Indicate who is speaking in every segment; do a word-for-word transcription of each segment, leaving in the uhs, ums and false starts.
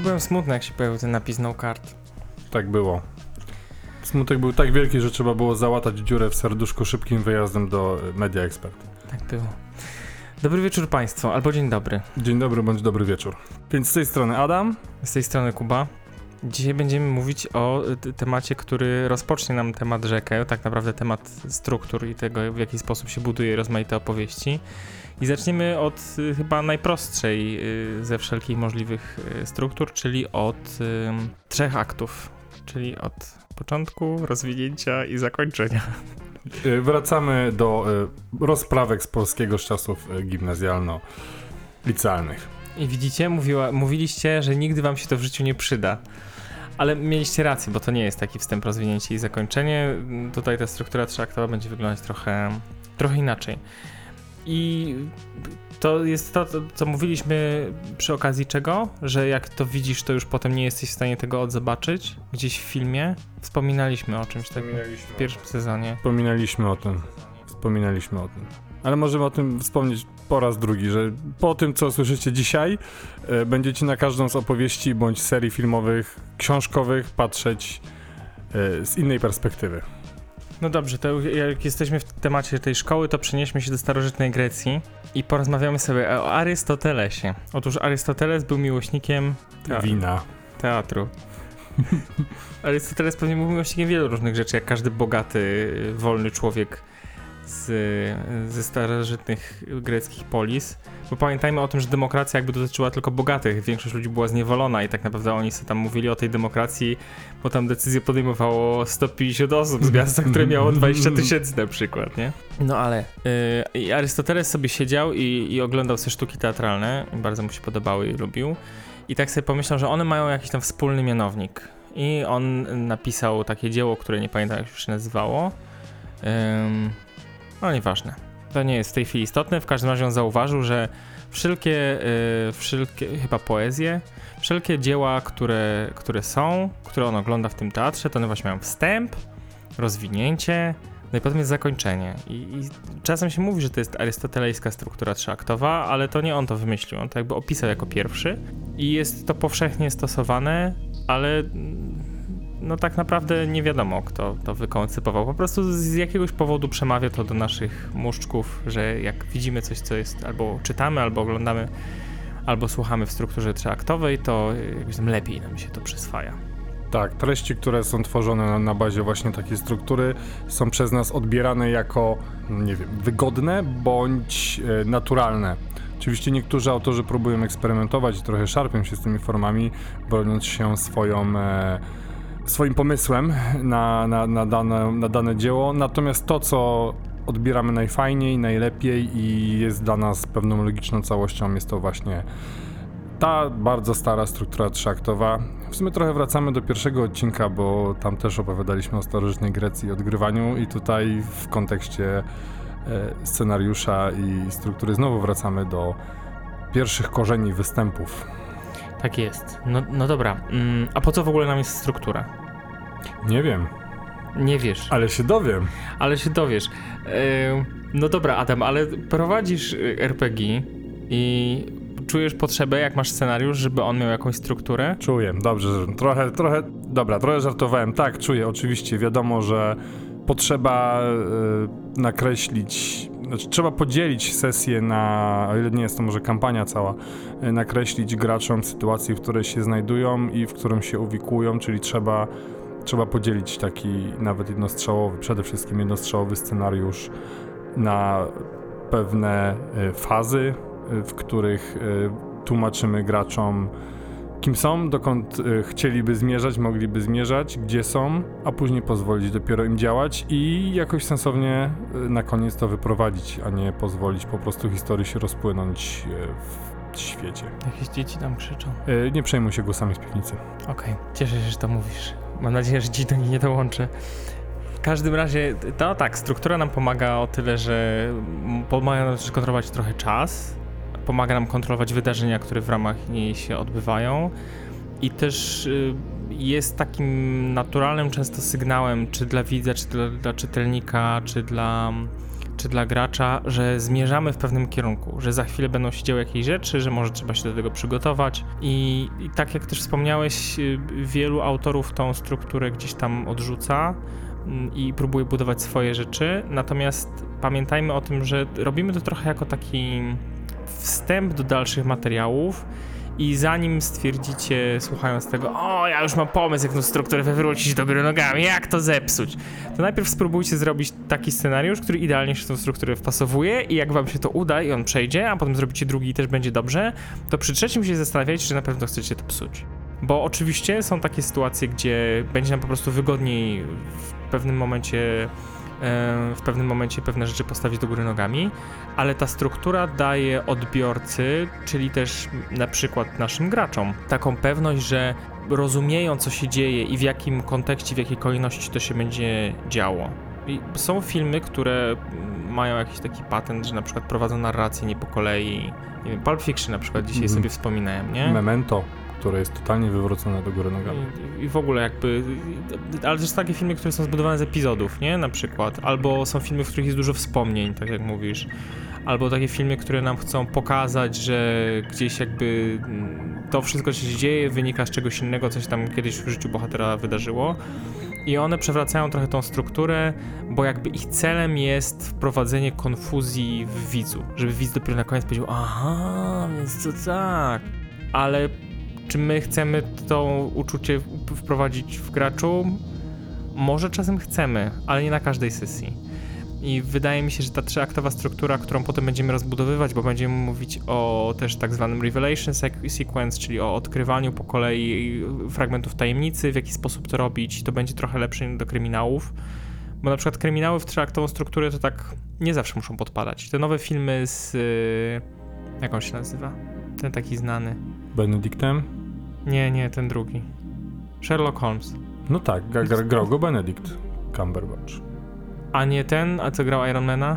Speaker 1: byłem smutny, jak się pojawił ten napis no card.
Speaker 2: Tak było. Smutek był tak wielki, że trzeba było załatać dziurę w serduszku szybkim wyjazdem do Media Expert.
Speaker 1: Tak było. Dobry wieczór Państwu, albo dzień dobry.
Speaker 2: Dzień dobry bądź dobry wieczór. Więc z tej strony Adam.
Speaker 1: Z tej strony Kuba. Dzisiaj będziemy mówić o t- temacie, który rozpocznie nam temat rzekę, tak naprawdę temat struktur i tego, w jaki sposób się buduje rozmaite opowieści. I zaczniemy od y, chyba najprostszej y, ze wszelkich możliwych y, struktur, czyli od y, trzech aktów, czyli od początku, rozwinięcia i zakończenia.
Speaker 2: Y, wracamy do y, rozprawek z polskiego z czasów y, gimnazjalno-licealnych.
Speaker 1: I widzicie, mówiła, mówiliście, że nigdy wam się to w życiu nie przyda. Ale mieliście rację, bo to nie jest taki wstęp, rozwinięcie i zakończenie. Tutaj ta struktura trzyaktowa będzie wyglądać trochę, trochę inaczej. I to jest to, co mówiliśmy przy okazji czego? Że jak to widzisz, to już potem nie jesteś w stanie tego odzobaczyć gdzieś w filmie. Wspominaliśmy o czymś takim w pierwszym sezonie.
Speaker 2: Wspominaliśmy o tym. Wspominaliśmy o tym. Ale możemy o tym wspomnieć po raz drugi, że po tym, co słyszycie dzisiaj, e, będziecie na każdą z opowieści bądź serii filmowych, książkowych patrzeć e, z innej perspektywy.
Speaker 1: No dobrze, to jak jesteśmy w temacie tej szkoły, to przenieśmy się do starożytnej Grecji i porozmawiamy sobie o Arystotelesie. Otóż Arystoteles był miłośnikiem
Speaker 2: Te- wina.
Speaker 1: teatru. Arystoteles pewnie był miłośnikiem wielu różnych rzeczy, jak każdy bogaty, wolny człowiek z, ze starożytnych greckich polis. Bo pamiętajmy o tym, że demokracja jakby dotyczyła tylko bogatych. Większość ludzi była zniewolona i tak naprawdę oni sobie tam mówili o tej demokracji, bo tam decyzję podejmowało sto pięćdziesiąt osób z miasta, które miało dwadzieścia tysięcy na przykład, nie? No ale yy, Arystoteles sobie siedział i, i oglądał sobie sztuki teatralne. Bardzo mu się podobały i lubił. I tak sobie pomyślał, że one mają jakiś tam wspólny mianownik. I on napisał takie dzieło, które nie pamiętam jak się nazywało. Yy, no nieważne. To nie jest w tej chwili istotne, w każdym razie on zauważył, że wszelkie, yy, wszelkie chyba poezje, wszelkie dzieła, które, które są, które on ogląda w tym teatrze, to one właśnie mają wstęp, rozwinięcie, no i potem jest zakończenie. I, i czasem się mówi, że to jest arystotelejska struktura trzyaktowa, ale to nie on to wymyślił, on to jakby opisał jako pierwszy i jest to powszechnie stosowane, ale no tak naprawdę nie wiadomo, kto to wykoncypował. Po prostu z jakiegoś powodu przemawia to do naszych móżdżków, że jak widzimy coś, co jest albo czytamy, albo oglądamy, albo słuchamy w strukturze trzyaktowej, to jakoś tam lepiej nam się to przyswaja.
Speaker 2: Tak, treści, które są tworzone na, na bazie właśnie takiej struktury, są przez nas odbierane jako, nie wiem, wygodne bądź e, naturalne. Oczywiście niektórzy autorzy próbują eksperymentować i trochę szarpią się z tymi formami, broniąc się swoją... E, swoim pomysłem na, na, na, dane, na dane dzieło, natomiast to, co odbieramy najfajniej, najlepiej i jest dla nas pewną logiczną całością, jest to właśnie ta bardzo stara struktura trzyaktowa. W sumie trochę wracamy do pierwszego odcinka, bo tam też opowiadaliśmy o starożytnej Grecji i odgrywaniu i tutaj w kontekście e, scenariusza i struktury znowu wracamy do pierwszych korzeni występów.
Speaker 1: Tak jest. No, no dobra, mm, a po co w ogóle nam jest struktura?
Speaker 2: Nie wiem.
Speaker 1: Nie wiesz.
Speaker 2: Ale się dowiem.
Speaker 1: Ale się dowiesz. Yy, no dobra, Adam, ale prowadzisz er pe gie i czujesz potrzebę, jak masz scenariusz, żeby on miał jakąś strukturę?
Speaker 2: Czuję, dobrze, trochę, trochę, dobra, trochę żartowałem. Tak, czuję, oczywiście, wiadomo, że potrzeba y, nakreślić, znaczy trzeba podzielić sesję na, o ile nie jest to może kampania cała, y, nakreślić graczom sytuację, w której się znajdują i w którym się uwikłują, czyli trzeba, trzeba podzielić taki nawet jednostrzałowy, przede wszystkim jednostrzałowy scenariusz na pewne y, fazy, y, w których y, tłumaczymy graczom, kim są, dokąd y, chcieliby zmierzać, mogliby zmierzać, gdzie są, a później pozwolić dopiero im działać i jakoś sensownie y, na koniec to wyprowadzić, a nie pozwolić po prostu historii się rozpłynąć y, w świecie.
Speaker 1: Jakieś dzieci tam krzyczą.
Speaker 2: Y, nie przejmuj się głosami z piwnicy.
Speaker 1: Okej, okay. Cieszę się, że to mówisz. Mam nadzieję, że dziś do niej nie dołączę. W każdym razie, to tak, struktura nam pomaga o tyle, że pomaga nam też kontrolować trochę czas, pomaga nam kontrolować wydarzenia, które w ramach niej się odbywają i też y, jest takim naturalnym często sygnałem, czy dla widza, czy dla, dla czytelnika, czy dla czy dla gracza, że zmierzamy w pewnym kierunku, że za chwilę będą się działy jakieś rzeczy, że może trzeba się do tego przygotować i, i tak jak też wspomniałeś, wielu autorów tą strukturę gdzieś tam odrzuca i próbuje budować swoje rzeczy, natomiast pamiętajmy o tym, że robimy to trochę jako taki wstęp do dalszych materiałów i zanim stwierdzicie, słuchając tego, o, ja już mam pomysł, jak tą strukturę wywrócić do góry nogami, jak to zepsuć, to najpierw spróbujcie zrobić taki scenariusz, który idealnie się w tą strukturę wpasowuje i jak wam się to uda i on przejdzie, a potem zrobicie drugi i też będzie dobrze, to przy trzecim się zastanawiajcie, czy na pewno chcecie to psuć. Bo oczywiście są takie sytuacje, gdzie będzie nam po prostu wygodniej w pewnym momencie w pewnym momencie pewne rzeczy postawić do góry nogami, ale ta struktura daje odbiorcy, czyli też na przykład naszym graczom, taką pewność, że rozumieją, co się dzieje i w jakim kontekście, w jakiej kolejności to się będzie działo. I są filmy, które mają jakiś taki patent, że na przykład prowadzą narrację nie po kolei. Nie wiem, Pulp Fiction na przykład dzisiaj mm. sobie wspominałem, nie?
Speaker 2: Memento, które jest totalnie wywrócone do góry nogami.
Speaker 1: I, I w ogóle jakby, ale też takie filmy, które są zbudowane z epizodów, nie? Na przykład. Albo są filmy, w których jest dużo wspomnień, tak jak mówisz. Albo takie filmy, które nam chcą pokazać, że gdzieś jakby to wszystko, co się dzieje, wynika z czegoś innego, co się tam kiedyś w życiu bohatera wydarzyło. I one przewracają trochę tą strukturę, bo jakby ich celem jest wprowadzenie konfuzji w widzu. Żeby widz dopiero na koniec powiedział, aha, więc to tak. Ale czy my chcemy to uczucie wprowadzić w graczu? Może czasem chcemy, ale nie na każdej sesji. I wydaje mi się, że ta trzyaktowa struktura, którą potem będziemy rozbudowywać, bo będziemy mówić o też tak zwanym revelation sequence, czyli o odkrywaniu po kolei fragmentów tajemnicy, w jaki sposób to robić, to będzie trochę lepsze do kryminałów. Bo na przykład kryminały w trzyaktową strukturę to tak nie zawsze muszą podpadać. Te nowe filmy z... jak on się nazywa? Ten taki znany.
Speaker 2: Benedictem?
Speaker 1: Nie, nie, ten drugi. Sherlock Holmes.
Speaker 2: No tak, grał go Benedict Cumberbatch. A
Speaker 1: nie ten, a co grał Ironmana?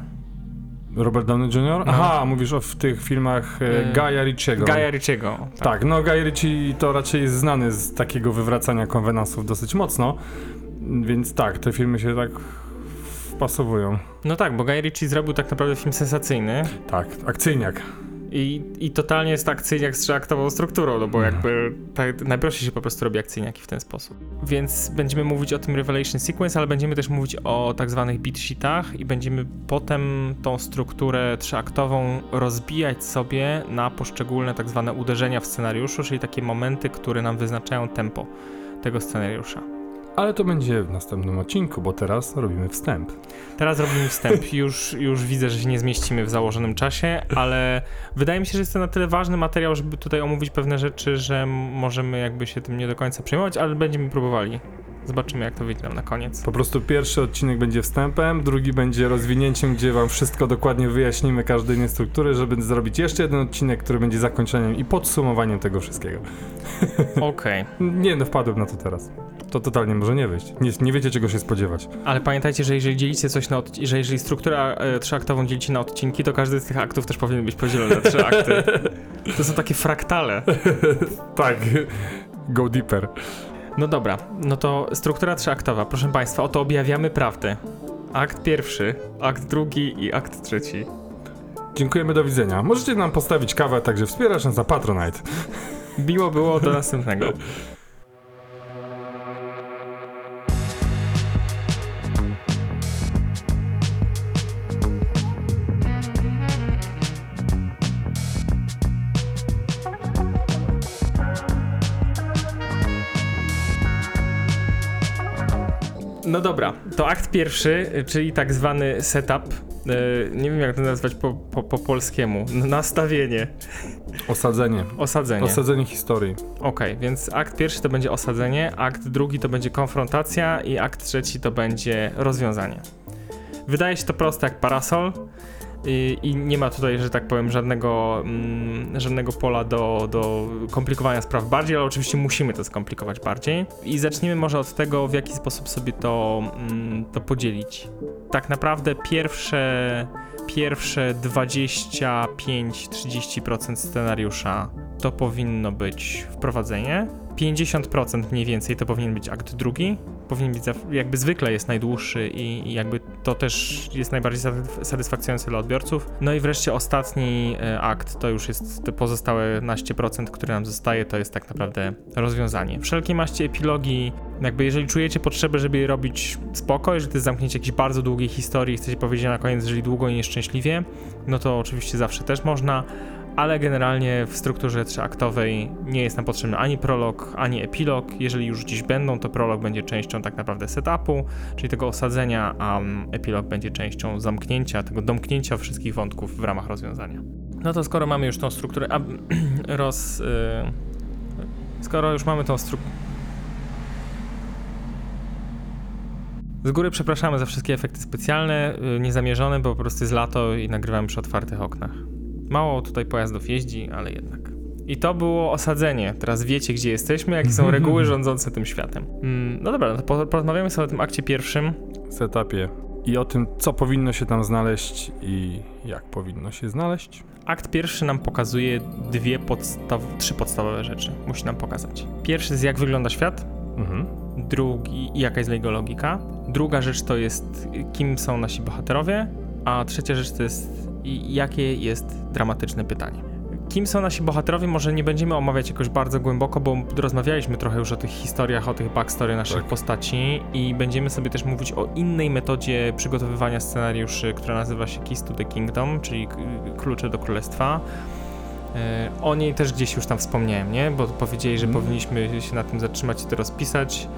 Speaker 2: Robert Downey junior? No. Aha, mówisz o w tych filmach e, Guya Ritchiego.
Speaker 1: Guya Ritchiego.
Speaker 2: Tak. tak, no Guy Ritchie to raczej jest znany z takiego wywracania konwenansów dosyć mocno, więc tak, te filmy się tak wpasowują.
Speaker 1: No tak, bo Guy Ritchie zrobił tak naprawdę film sensacyjny.
Speaker 2: Tak, akcyjniak.
Speaker 1: I, I totalnie jest akcyjniak z trzyaktową strukturą, no bo jakby tak, najprościej się po prostu robi akcyjniaki w ten sposób. Więc będziemy mówić o tym Revelation Sequence, ale będziemy też mówić o tak zwanych beat sheetach i będziemy potem tą strukturę trzyaktową rozbijać sobie na poszczególne tak zwane uderzenia w scenariuszu, czyli takie momenty, które nam wyznaczają tempo tego scenariusza.
Speaker 2: Ale to będzie w następnym odcinku, bo teraz robimy wstęp.
Speaker 1: Teraz robimy wstęp. Już, już widzę, że się nie zmieścimy w założonym czasie, ale wydaje mi się, że jest to na tyle ważny materiał, żeby tutaj omówić pewne rzeczy, że możemy jakby się tym nie do końca przejmować, ale będziemy próbowali. Zobaczymy, jak to wyjdzie nam na koniec.
Speaker 2: Po prostu pierwszy odcinek będzie wstępem, drugi będzie rozwinięciem, gdzie wam wszystko dokładnie wyjaśnimy, każdej innej struktury, żeby zrobić jeszcze jeden odcinek, który będzie zakończeniem i podsumowaniem tego wszystkiego.
Speaker 1: Okej. Okay.
Speaker 2: Nie, no wpadłem na to teraz. To totalnie może nie wyjść. Nie, nie wiecie, czego się spodziewać.
Speaker 1: Ale pamiętajcie, że jeżeli dzielicie coś na odcinki, że jeżeli strukturę e, trzyaktową dzielicie na odcinki, to każdy z tych aktów też powinien być podzielony na trzy akty. To są takie fraktale.
Speaker 2: Tak. Go deeper.
Speaker 1: No dobra, no to struktura trzyaktowa. Proszę Państwa, oto objawiamy prawdę. Akt pierwszy, akt drugi i akt trzeci.
Speaker 2: Dziękujemy, do widzenia. Możecie nam postawić kawę, także wspierać nas na Patronite.
Speaker 1: Miło było, do następnego. No dobra, to akt pierwszy, czyli tak zwany setup, nie wiem jak to nazwać po, po, po polskiemu, nastawienie.
Speaker 2: Osadzenie.
Speaker 1: Osadzenie.
Speaker 2: Osadzenie historii.
Speaker 1: Okej, okay, więc akt pierwszy to będzie osadzenie, akt drugi to będzie konfrontacja i akt trzeci to będzie rozwiązanie. Wydaje się to proste jak parasol i, i nie ma tutaj, że tak powiem, żadnego, mm, żadnego pola do, do komplikowania spraw bardziej, ale oczywiście musimy to skomplikować bardziej. I zaczniemy może od tego, w jaki sposób sobie to, mm, to podzielić. Tak naprawdę pierwsze, pierwsze dwadzieścia pięć do trzydziestu procent scenariusza to powinno być wprowadzenie. pięćdziesiąt procent mniej więcej to powinien być akt drugi. powinien być jakby zwykle jest najdłuższy i, i jakby to też jest najbardziej satysfakcjonujące dla odbiorców. No i wreszcie ostatni akt, to już jest te pozostałe naście procent, które nam zostaje, to jest tak naprawdę rozwiązanie. Wszelkie maści epilogi, jakby jeżeli czujecie potrzebę, żeby je robić spoko, jeżeli to jest zamknięcie jakiejś bardzo długiej historii i chcecie powiedzieć na koniec, jeżeli długo i nieszczęśliwie, no to oczywiście zawsze też można, ale generalnie w strukturze trzyaktowej nie jest nam potrzebny ani prolog, ani epilog. Jeżeli już gdzieś będą, to prolog będzie częścią tak naprawdę setupu, czyli tego osadzenia, a epilog będzie częścią zamknięcia, tego domknięcia wszystkich wątków w ramach rozwiązania. No to skoro mamy już tą strukturę, a, roz... Yy, skoro już mamy tą strukturę... Z góry przepraszamy za wszystkie efekty specjalne, yy, niezamierzone, bo po prostu jest lato i nagrywamy przy otwartych oknach. Mało tutaj pojazdów jeździ, ale jednak. I to było osadzenie. Teraz wiecie, gdzie jesteśmy, jakie są reguły rządzące tym światem. Mm, no dobra, no to porozmawiamy sobie o tym akcie pierwszym.
Speaker 2: Setupie. I o tym, co powinno się tam znaleźć i jak powinno się znaleźć.
Speaker 1: Akt pierwszy nam pokazuje dwie podstaw... trzy podstawowe rzeczy. Musi nam pokazać. Pierwszy jest, jak wygląda świat. Mhm. Drugi, jaka jest jego logika. Druga rzecz to jest, kim są nasi bohaterowie. A trzecia rzecz to jest, jakie jest dramatyczne pytanie. Kim są nasi bohaterowie? Może nie będziemy omawiać jakoś bardzo głęboko, bo rozmawialiśmy trochę już o tych historiach, o tych backstory naszych tak. postaci i będziemy sobie też mówić o innej metodzie przygotowywania scenariuszy, która nazywa się Keys to the Kingdom, czyli klucze do królestwa. O niej też gdzieś już tam wspomniałem, nie? Bo powiedzieli, że mm. powinniśmy się na tym zatrzymać i to rozpisać,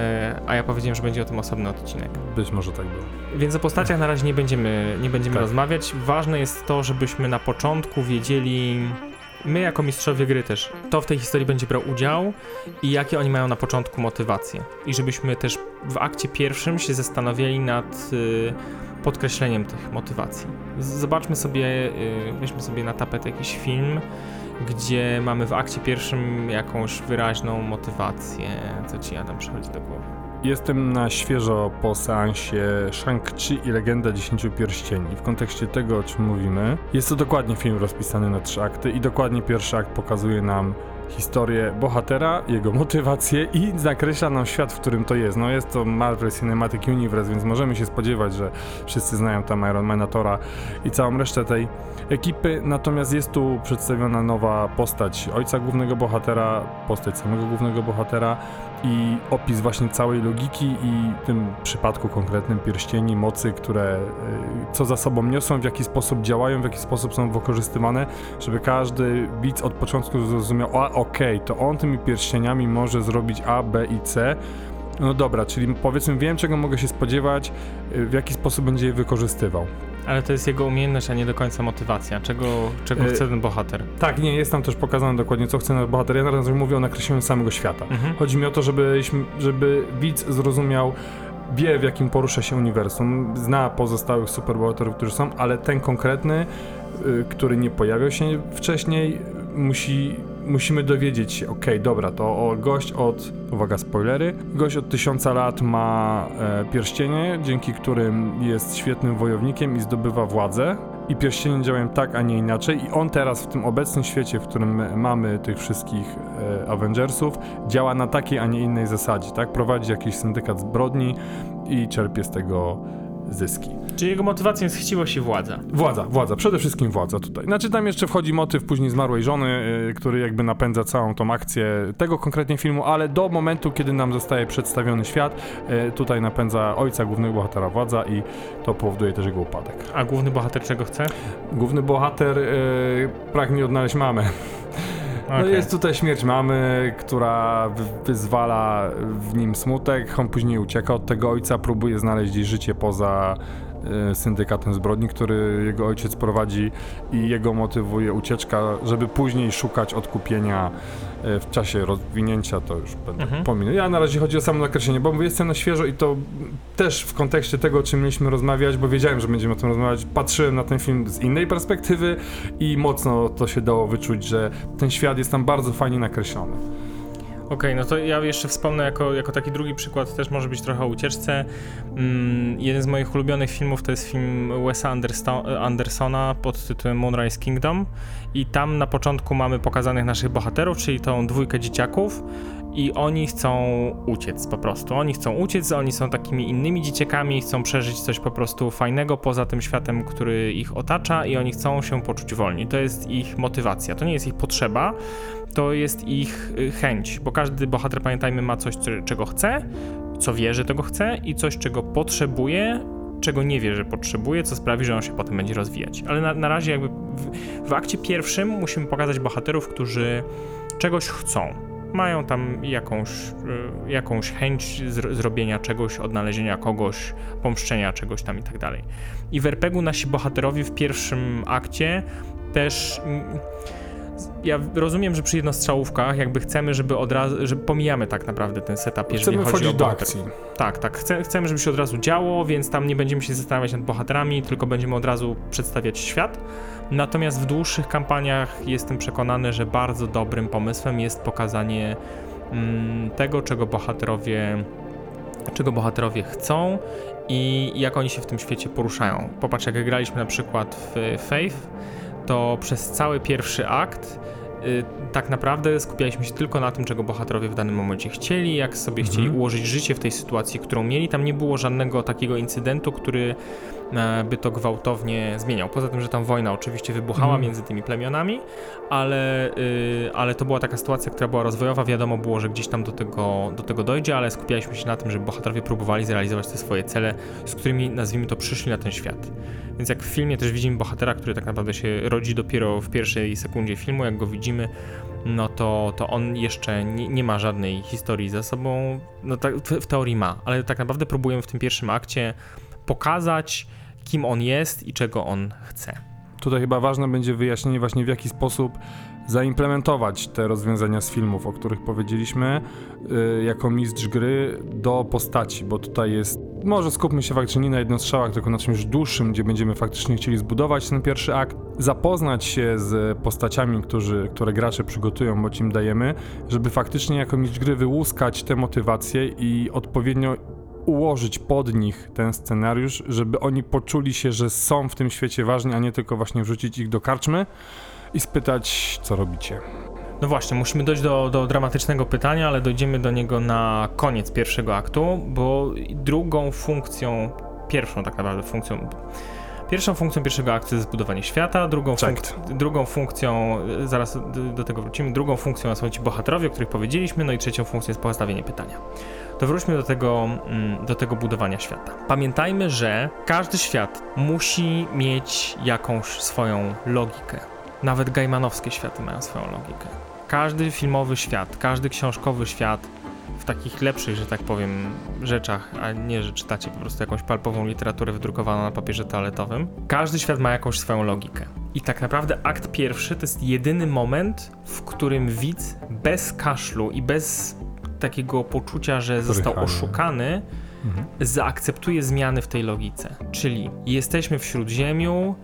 Speaker 1: a ja powiedziałem, że będzie o tym osobny odcinek.
Speaker 2: Być może tak było.
Speaker 1: Więc o postaciach na razie nie będziemy, nie będziemy tak. rozmawiać. Ważne jest to, żebyśmy na początku wiedzieli, my jako mistrzowie gry też, kto w tej historii będzie brał udział i jakie oni mają na początku motywacje. I żebyśmy też w akcie pierwszym się zastanawiali nad y, podkreśleniem tych motywacji. Zobaczmy sobie, y, weźmy sobie na tapetę jakiś film, gdzie mamy w akcie pierwszym jakąś wyraźną motywację. Co ci, Adam, przychodzi do głowy?
Speaker 2: Jestem na świeżo po seansie Shang-Chi i Legenda Dziesięciu Pierścieni. W kontekście tego, o czym mówimy, jest to dokładnie film rozpisany na trzy akty i dokładnie pierwszy akt pokazuje nam historię bohatera, jego motywację i zakreśla nam świat, w którym to jest. No jest to Marvel Cinematic Universe, więc możemy się spodziewać, że wszyscy znają tam Iron Mana, Thora i całą resztę tej ekipy, natomiast jest tu przedstawiona nowa postać ojca głównego bohatera, postać samego głównego bohatera i opis właśnie całej logiki i w tym przypadku konkretnym pierścieni, mocy, które co za sobą niosą, w jaki sposób działają, w jaki sposób są wykorzystywane, żeby każdy widz od początku zrozumiał, a okej, okay, to on tymi pierścieniami może zrobić A, B i C. No dobra, czyli powiedzmy wiem, czego mogę się spodziewać, w jaki sposób będzie je wykorzystywał.
Speaker 1: Ale to jest jego umiejętność, a nie do końca motywacja. Czego, czego chce ten bohater?
Speaker 2: Tak, nie, jest tam też pokazane dokładnie, co chce ten bohater. Ja na razie mówię o nakreśleniu samego świata. Mhm. Chodzi mi o to, żeby, żeby widz zrozumiał, wie, w jakim porusza się uniwersum, zna pozostałych superbohaterów, którzy są, ale ten konkretny, y, który nie pojawiał się wcześniej, musi, musimy dowiedzieć się, okej, okay, dobra, to o, gość od, uwaga, spoilery, gość od tysiąca lat ma e, pierścienie, dzięki którym jest świetnym wojownikiem i zdobywa władzę. I pierścienie działają tak, a nie inaczej i on teraz w tym obecnym świecie, w którym mamy tych wszystkich e, Avengersów, działa na takiej, a nie innej zasadzie, tak? Prowadzi jakiś syndykat zbrodni i czerpie z tego zyski.
Speaker 1: Czyli jego motywacją jest chciwość i władza.
Speaker 2: Władza, władza, przede wszystkim władza tutaj. Znaczy tam jeszcze wchodzi motyw później zmarłej żony, yy, który jakby napędza całą tą akcję tego konkretnie filmu, ale do momentu, kiedy nam zostaje przedstawiony świat, yy, tutaj napędza ojca głównego bohatera władza i to powoduje też jego upadek.
Speaker 1: A główny bohater czego chce?
Speaker 2: Główny bohater yy, pragnie odnaleźć mamę. No okay. Jest tutaj śmierć mamy, która wyzwala w nim smutek, on później ucieka od tego ojca, próbuje znaleźć jej życie poza y, syndykatem zbrodni, który jego ojciec prowadzi i jego motywuje ucieczka, żeby później szukać odkupienia y, w czasie rozwinięcia, to już będę mhm. pominął. Ja na razie chodzi o samo nakreślenie, bo mówię, jestem na świeżo i to też w kontekście tego, o czym mieliśmy rozmawiać, bo wiedziałem, że będziemy o tym rozmawiać, patrzyłem na ten film z innej perspektywy i mocno to się dało wyczuć, że ten świat jest tam bardzo fajnie nakreślony.
Speaker 1: Okej, okay, no to ja jeszcze wspomnę jako, jako taki drugi przykład, też może być trochę o ucieczce. Mm, jeden z moich ulubionych filmów to jest film Wesa Andersto- Andersona pod tytułem Moonrise Kingdom i tam na początku mamy pokazanych naszych bohaterów, czyli tą dwójkę dzieciaków i oni chcą uciec po prostu. Oni chcą uciec, oni są takimi innymi dzieciakami, chcą przeżyć coś po prostu fajnego poza tym światem, który ich otacza i oni chcą się poczuć wolni. To jest ich motywacja, to nie jest ich potrzeba, to jest ich chęć, bo każdy bohater, pamiętajmy, ma coś, czego chce, co wie, że tego chce i coś, czego potrzebuje, czego nie wie, że potrzebuje, co sprawi, że on się potem będzie rozwijać. Ale na, na razie jakby w, w akcie pierwszym musimy pokazać bohaterów, którzy czegoś chcą. Mają tam jakąś, y, jakąś chęć z, zrobienia czegoś, odnalezienia kogoś, pomszczenia czegoś tam i tak dalej. I w er pe gu nasi bohaterowie w pierwszym akcie też... Mm, ja rozumiem, że przy jednostrzałówkach jakby chcemy, żeby od razu, że pomijamy tak naprawdę ten setup, jeżeli
Speaker 2: Chcemy
Speaker 1: chodzi o
Speaker 2: do
Speaker 1: bohaterów.
Speaker 2: akcji.
Speaker 1: Tak, tak. Chce, chcemy, żeby się od razu działo, więc tam nie będziemy się zastanawiać nad bohaterami, tylko będziemy od razu przedstawiać świat. Natomiast w dłuższych kampaniach jestem przekonany, że bardzo dobrym pomysłem jest pokazanie mm, tego, czego bohaterowie, czego bohaterowie chcą i jak oni się w tym świecie poruszają. Popatrz, jak graliśmy na przykład w Faith, to przez cały pierwszy akt y, tak naprawdę skupialiśmy się tylko na tym, czego bohaterowie w danym momencie chcieli, jak sobie
Speaker 2: Mhm.
Speaker 1: chcieli ułożyć życie w tej sytuacji, którą mieli. Tam nie było żadnego takiego incydentu, który e, by to gwałtownie zmieniał. Poza tym, że tam wojna oczywiście wybuchała
Speaker 2: Mhm.
Speaker 1: między tymi plemionami, ale, y, ale to była taka sytuacja, która była rozwojowa. Wiadomo było, że gdzieś tam do tego, do tego dojdzie, ale skupialiśmy się na tym, żeby bohaterowie próbowali zrealizować te swoje cele, z którymi, nazwijmy to, przyszli na ten świat. Więc jak w filmie też widzimy bohatera, który tak naprawdę się rodzi dopiero w pierwszej sekundzie filmu, jak go widzimy, no to, to on jeszcze nie, nie ma żadnej historii za sobą, no tak, w, w teorii ma, ale tak naprawdę próbujemy w tym pierwszym akcie pokazać, kim on jest i czego on chce.
Speaker 2: Tutaj chyba ważne będzie wyjaśnienie właśnie, w jaki sposób zaimplementować te rozwiązania z filmów, o których powiedzieliśmy, yy, jako mistrz gry do postaci, bo tutaj jest, może skupmy się faktycznie nie na jednostrzałach, tylko na czymś dłuższym, gdzie będziemy faktycznie chcieli zbudować ten pierwszy akt, zapoznać się z postaciami, którzy, które gracze przygotują, bądź im dajemy, żeby faktycznie jako mistrz gry wyłuskać te motywacje i odpowiednio ułożyć pod nich ten scenariusz, żeby oni poczuli się, że są w tym świecie ważni, a nie tylko właśnie wrzucić ich do karczmy i spytać, co robicie.
Speaker 1: No właśnie, musimy dojść do, do dramatycznego pytania, ale dojdziemy do niego na koniec pierwszego aktu, bo drugą funkcją, pierwszą tak naprawdę funkcją, pierwszą funkcją pierwszego aktu jest zbudowanie świata, drugą, funk- drugą funkcją, zaraz do, do tego wrócimy, drugą funkcją są ci bohaterowie, o których powiedzieliśmy, no i trzecią funkcją jest postawienie pytania. To wróćmy do tego, do tego budowania świata. Pamiętajmy, że każdy świat musi mieć jakąś swoją logikę. Nawet gaimanowskie światy mają swoją logikę. Każdy filmowy świat, każdy książkowy świat w takich lepszych, że tak powiem, rzeczach, a nie, że czytacie po prostu jakąś palpową literaturę wydrukowaną na papierze toaletowym, każdy świat ma jakąś swoją logikę. I tak naprawdę akt pierwszy to jest jedyny moment, w którym widz bez kaszlu i bez takiego poczucia, że został oszukany, mhm. zaakceptuje zmiany w tej logice. Czyli jesteśmy w Śródziemiu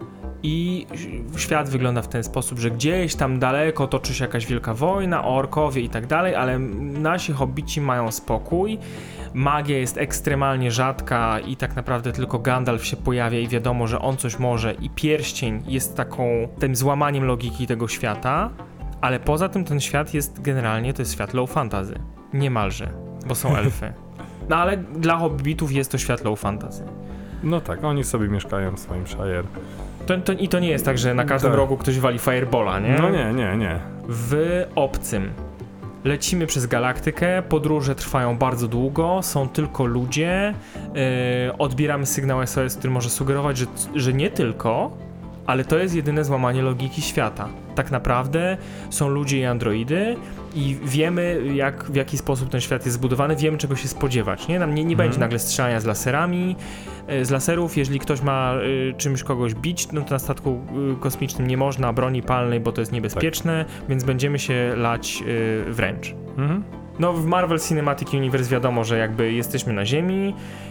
Speaker 1: i świat wygląda w ten sposób, że gdzieś tam daleko toczy się jakaś wielka wojna, orkowie i tak dalej, ale nasi hobbici mają spokój, magia jest ekstremalnie rzadka i tak naprawdę tylko Gandalf się pojawia i wiadomo, że on coś może i pierścień jest taką, tym złamaniem logiki tego świata, ale poza tym ten świat jest generalnie, to jest świat low fantasy. Niemalże, bo są elfy. No ale dla hobbitów jest to świat low fantasy.
Speaker 2: No tak, oni sobie mieszkają w swoim Shire.
Speaker 1: To, to, I to nie jest tak, że na każdym
Speaker 2: tak.
Speaker 1: rogu ktoś wali firebola, nie?
Speaker 2: No nie, nie, nie.
Speaker 1: W Obcym lecimy przez galaktykę, podróże trwają bardzo długo, są tylko ludzie, yy, odbieramy sygnał S O S, który może sugerować, że, że nie tylko, ale to jest jedyne złamanie logiki świata. Tak naprawdę są ludzie i androidy i wiemy, jak, w jaki sposób ten świat jest zbudowany, wiemy, czego się spodziewać, nie? Nam nie, nie będzie nagle strzelania z laserami, z laserów, jeżeli ktoś ma y, czymś kogoś bić, no to na statku y, kosmicznym nie można broni palnej, bo to jest niebezpieczne, tak. Więc będziemy się lać y, wręcz. Mhm. No w Marvel Cinematic Universe wiadomo, że jakby jesteśmy na Ziemi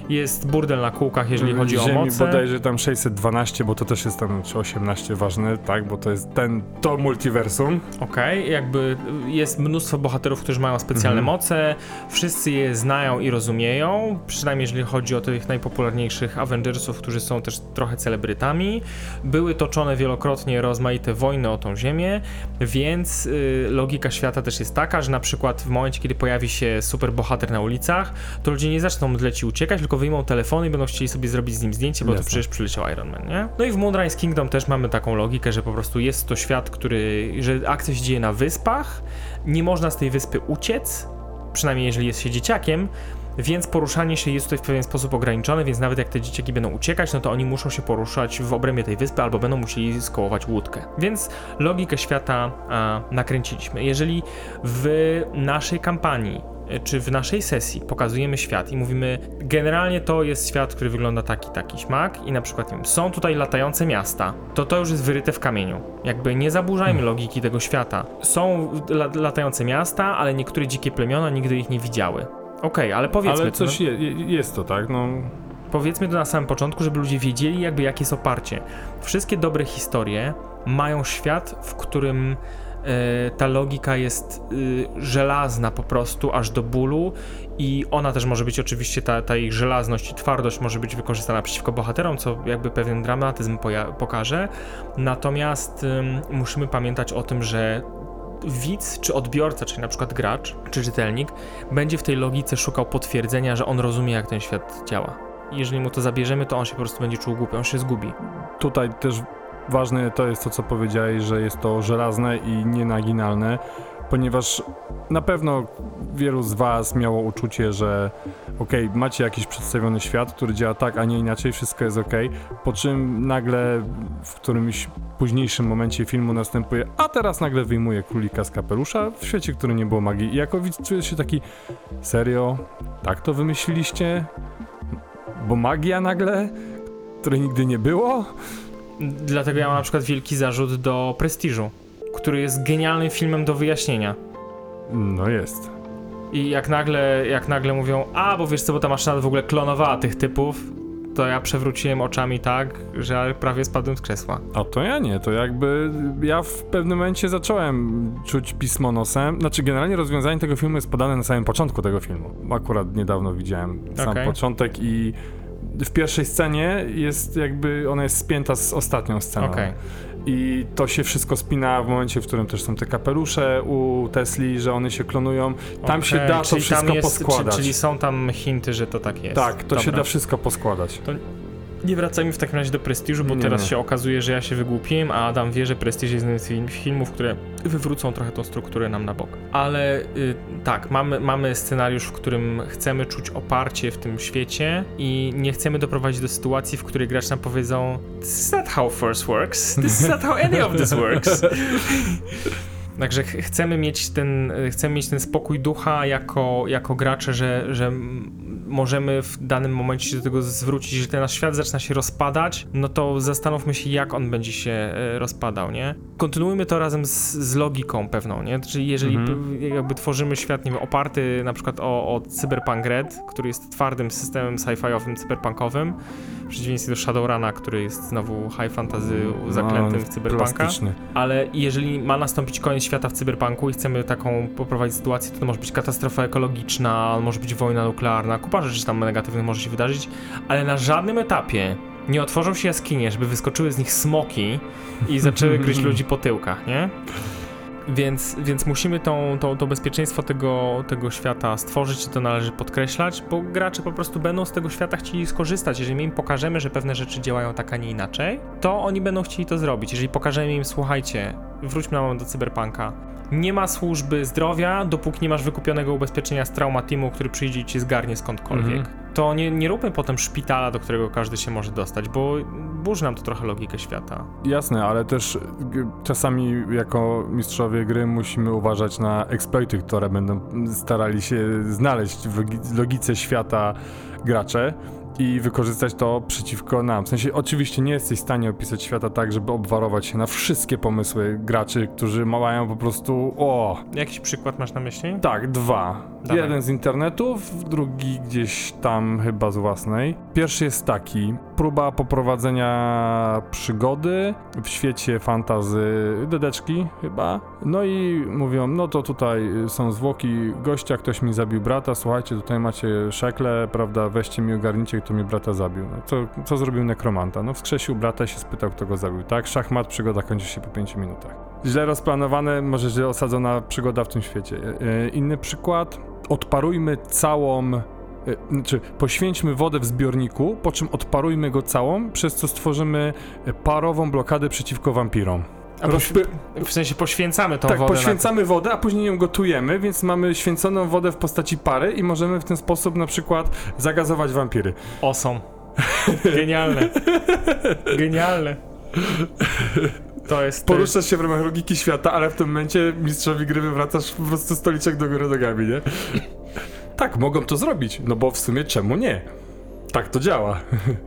Speaker 1: jest burdel na kółkach, jeżeli chodzi o
Speaker 2: Ziemi
Speaker 1: moce.
Speaker 2: bodajże tam sześćset dwanaście, bo to też jest tam, czy osiemnaście ważne, tak, bo to jest ten, to multiversum.
Speaker 1: Okej, okay, jakby jest mnóstwo bohaterów, którzy mają specjalne
Speaker 2: Mhm.
Speaker 1: moce, wszyscy je znają i rozumieją, przynajmniej jeżeli chodzi o tych najpopularniejszych Avengersów, którzy są też trochę celebrytami. Były toczone wielokrotnie rozmaite wojny o tą ziemię, więc y, logika świata też jest taka, że na przykład w momencie, kiedy pojawi się super bohater na ulicach, to ludzie nie zaczną mdleć i uciekać, tylko wyjmą telefony i będą chcieli sobie zrobić z nim zdjęcie, bo
Speaker 2: Jasne.
Speaker 1: to przecież przyleciał Iron Man, nie? No i w Moonrise Kingdom też mamy taką logikę, że po prostu jest to świat, który, że akcja się dzieje na wyspach, nie można z tej wyspy uciec, przynajmniej jeżeli jest się dzieciakiem, więc poruszanie się jest tutaj w pewien sposób ograniczone, więc nawet jak te dzieciaki będą uciekać, no to oni muszą się poruszać w obrębie tej wyspy albo będą musieli skołować łódkę. Więc logikę świata a, nakręciliśmy. Jeżeli w naszej kampanii czy w naszej sesji pokazujemy świat i mówimy, generalnie to jest świat, który wygląda taki, taki śmak i na przykład, nie wiem, są tutaj latające miasta, to to już jest wyryte w kamieniu. Jakby nie zaburzajmy logiki tego świata. Są la- latające miasta, ale niektóre dzikie plemiona nigdy ich nie widziały. Okej, okay, ale powiedzmy
Speaker 2: Ale
Speaker 1: to,
Speaker 2: coś je, je, jest to, tak, no...
Speaker 1: powiedzmy to na samym początku, żeby ludzie wiedzieli jakby jakie jest oparcie. Wszystkie dobre historie mają świat, w którym e, ta logika jest e, żelazna po prostu, aż do bólu i ona też może być oczywiście, ta, ta ich żelazność i twardość może być wykorzystana przeciwko bohaterom, co jakby pewien dramatyzm poja- pokaże. Natomiast e, musimy pamiętać o tym, że widz czy odbiorca, czyli na przykład gracz czy czytelnik, będzie w tej logice szukał potwierdzenia, że on rozumie, jak ten świat działa. I jeżeli mu to zabierzemy, to on się po prostu będzie czuł głupi, on się zgubi.
Speaker 2: Tutaj też ważne to jest to, co powiedziałeś, że jest to żelazne i nienaginalne, ponieważ na pewno wielu z was miało uczucie, że okej, okay, macie jakiś przedstawiony świat, który działa tak, a nie inaczej, wszystko jest okej, okay, po czym nagle w którymś późniejszym momencie filmu następuje, a teraz nagle wyjmuje królika z kapelusza w świecie, który nie było magii. I jako widz czujesz się taki, serio? Tak to wymyśliliście? Bo magia nagle? Której nigdy nie było?
Speaker 1: Dlatego ja mam na przykład wielki zarzut do Prestiżu, który jest genialnym filmem do wyjaśnienia.
Speaker 2: No jest.
Speaker 1: I jak nagle, jak nagle mówią, a bo wiesz co, bo ta maszyna w ogóle klonowała tych typów, to ja przewróciłem oczami tak, że prawie spadłem z krzesła.
Speaker 2: A to ja nie, to jakby ja w pewnym momencie zacząłem czuć pismo nosem. Znaczy generalnie rozwiązanie tego filmu jest podane na samym początku tego filmu. Akurat niedawno widziałem sam
Speaker 1: Okay.
Speaker 2: początek i w pierwszej scenie jest jakby, ona jest spięta z ostatnią sceną.
Speaker 1: Okay.
Speaker 2: I to się wszystko spina w momencie, w którym też są te kapelusze u Tesli, że one się klonują. Tam
Speaker 1: Okay,
Speaker 2: się da to
Speaker 1: czyli
Speaker 2: wszystko
Speaker 1: tam jest,
Speaker 2: poskładać.
Speaker 1: Czyli, czyli są tam hinty, że to tak jest.
Speaker 2: Tak, to
Speaker 1: Dobra.
Speaker 2: się da wszystko poskładać.
Speaker 1: To nie wracajmy w takim razie do Prestiżu, bo
Speaker 2: Nie,
Speaker 1: teraz
Speaker 2: nie.
Speaker 1: się okazuje, że ja się wygłupiłem, a Adam wie, że Prestiż jest jednym z film, filmów, które wywrócą trochę tą strukturę nam na bok. Ale y, tak, mamy, mamy scenariusz, w którym chcemy czuć oparcie w tym świecie i nie chcemy doprowadzić do sytuacji, w której gracz nam powiedzą "This is not how Force works, this is not how any of this works". Także ch- chcemy mieć ten, chcemy mieć ten spokój ducha jako, jako gracze, że, że m- możemy w danym momencie się do tego zwrócić. Jeżeli ten nasz świat zaczyna się rozpadać, no to zastanówmy się, jak on będzie się e, rozpadał, nie? Kontynuujmy to razem z, z logiką pewną, nie? Czyli jeżeli
Speaker 2: Mhm.
Speaker 1: p- jakby tworzymy świat, nie wiem, oparty na przykład o, o Cyberpunk Red, który jest twardym systemem sci-fiowym, cyberpunkowym, w przeciwieństwie do Shadowruna, który jest znowu high fantasy zaklętym
Speaker 2: No,
Speaker 1: w cyberpunka.
Speaker 2: plastyczny.
Speaker 1: Ale jeżeli ma nastąpić koniec świata w cyberpunku i chcemy taką poprowadzić sytuację, to, to może być katastrofa ekologiczna, może być wojna nuklearna, kupa rzeczy tam negatywnych może się wydarzyć, ale na żadnym etapie nie otworzą się jaskinie, żeby wyskoczyły z nich smoki i zaczęły gryźć ludzi po tyłkach, nie? Więc, więc musimy tą, tą, to bezpieczeństwo tego, tego świata stworzyć i to należy podkreślać, bo gracze po prostu będą z tego świata chcieli skorzystać. Jeżeli my im pokażemy, że pewne rzeczy działają tak, a nie inaczej, to oni będą chcieli to zrobić. Jeżeli pokażemy im, słuchajcie, wróćmy na moment do Cyberpunka, nie ma służby zdrowia, dopóki nie masz wykupionego ubezpieczenia z Trauma Teamu, który przyjdzie i cię zgarnie skądkolwiek.
Speaker 2: Mhm.
Speaker 1: To nie, nie róbmy potem szpitala, do którego każdy się może dostać, bo burzy nam to trochę logikę świata.
Speaker 2: Jasne, ale też g- czasami jako mistrzowie gry musimy uważać na exploity, które będą starali się znaleźć w logi- logice świata gracze. i wykorzystać to przeciwko nam. W sensie oczywiście nie jesteś w stanie opisać świata tak, żeby obwarować się na wszystkie pomysły graczy, którzy mają po prostu o...
Speaker 1: Jakiś przykład masz na myśli?
Speaker 2: Tak, dwa.
Speaker 1: Dawaj.
Speaker 2: Jeden z internetów, drugi gdzieś tam chyba z własnej. Pierwszy jest taki, próba poprowadzenia przygody w świecie fantasy dedeczki chyba. No i mówią, no to tutaj są zwłoki gościa, ktoś mi zabił brata, słuchajcie, tutaj macie szekle, prawda, weźcie mi ogarnijcie, kto mi brata zabił. No co, co zrobił nekromanta? No wskrzesił brata i się spytał, kto go zabił, tak? Szachmat, przygoda kończy się po pięciu minutach. Źle rozplanowane, może źle osadzona przygoda w tym świecie. Yy, inny przykład, odparujmy całą, yy, znaczy poświęćmy wodę w zbiorniku, po czym odparujmy go całą, przez co stworzymy parową blokadę przeciwko wampirom.
Speaker 1: A poświ- w sensie poświęcamy tą
Speaker 2: tak,
Speaker 1: wodę.
Speaker 2: poświęcamy na... wodę, a później ją gotujemy, więc mamy święconą wodę w postaci pary i możemy w ten sposób na przykład zagazować wampiry.
Speaker 1: Awesome. Genialne. Genialne. To jest...
Speaker 2: Poruszasz się w ramach logiki świata, ale w tym momencie mistrzowi gry wywracasz po prostu stoliczek do góry nogami, nie? Tak, mogą to zrobić, no bo w sumie czemu nie? Tak to działa.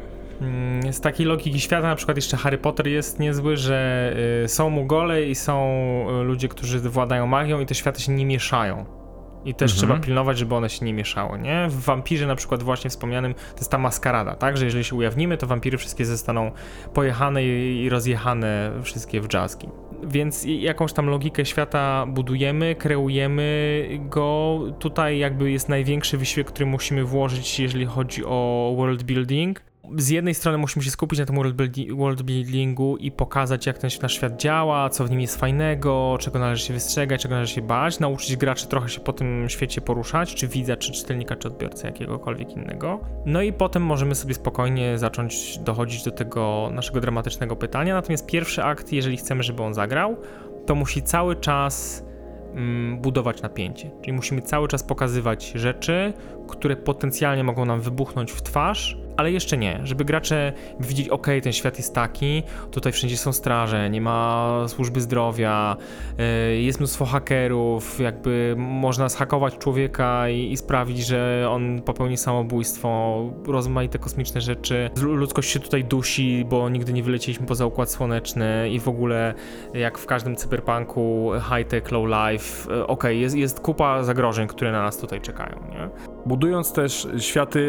Speaker 1: Z takiej logiki świata na przykład jeszcze Harry Potter jest niezły, że y, są Mugole i są y, ludzie, którzy władają magią i te światy się nie mieszają. I też
Speaker 2: Mhm.
Speaker 1: trzeba pilnować, żeby one się nie mieszały, nie? W Wampirze na przykład właśnie wspomnianym to jest ta maskarada, tak? Że jeżeli się ujawnimy, to wampiry wszystkie zostaną pojechane i, i rozjechane wszystkie w dżazgi. Więc jakąś tam logikę świata budujemy, kreujemy go. Tutaj jakby jest największy wysiłek, który musimy włożyć, jeżeli chodzi o world building. Z jednej strony musimy się skupić na tym world, buildi- world buildingu i pokazać, jak ten nasz świat działa, co w nim jest fajnego, czego należy się wystrzegać, czego należy się bać, nauczyć graczy trochę się po tym świecie poruszać, czy widza, czy czytelnika, czy odbiorcy jakiegokolwiek innego. No i potem możemy sobie spokojnie zacząć dochodzić do tego naszego dramatycznego pytania. Natomiast pierwszy akt, jeżeli chcemy, żeby on zagrał, to musi cały czas mm, budować napięcie. Czyli musimy cały czas pokazywać rzeczy, które potencjalnie mogą nam wybuchnąć w twarz, ale jeszcze nie, żeby gracze widzieli, ok, ten świat jest taki, tutaj wszędzie są straże, nie ma służby zdrowia, yy, jest mnóstwo hakerów, jakby można zhakować człowieka i, i sprawić, że on popełni samobójstwo, rozmaite kosmiczne rzeczy, ludzkość się tutaj dusi, bo nigdy nie wylecieliśmy poza Układ Słoneczny i w ogóle jak w każdym cyberpunku, high-tech, low-life, yy, ok, jest, jest kupa zagrożeń, które na nas tutaj czekają, nie?
Speaker 2: Budując też światy,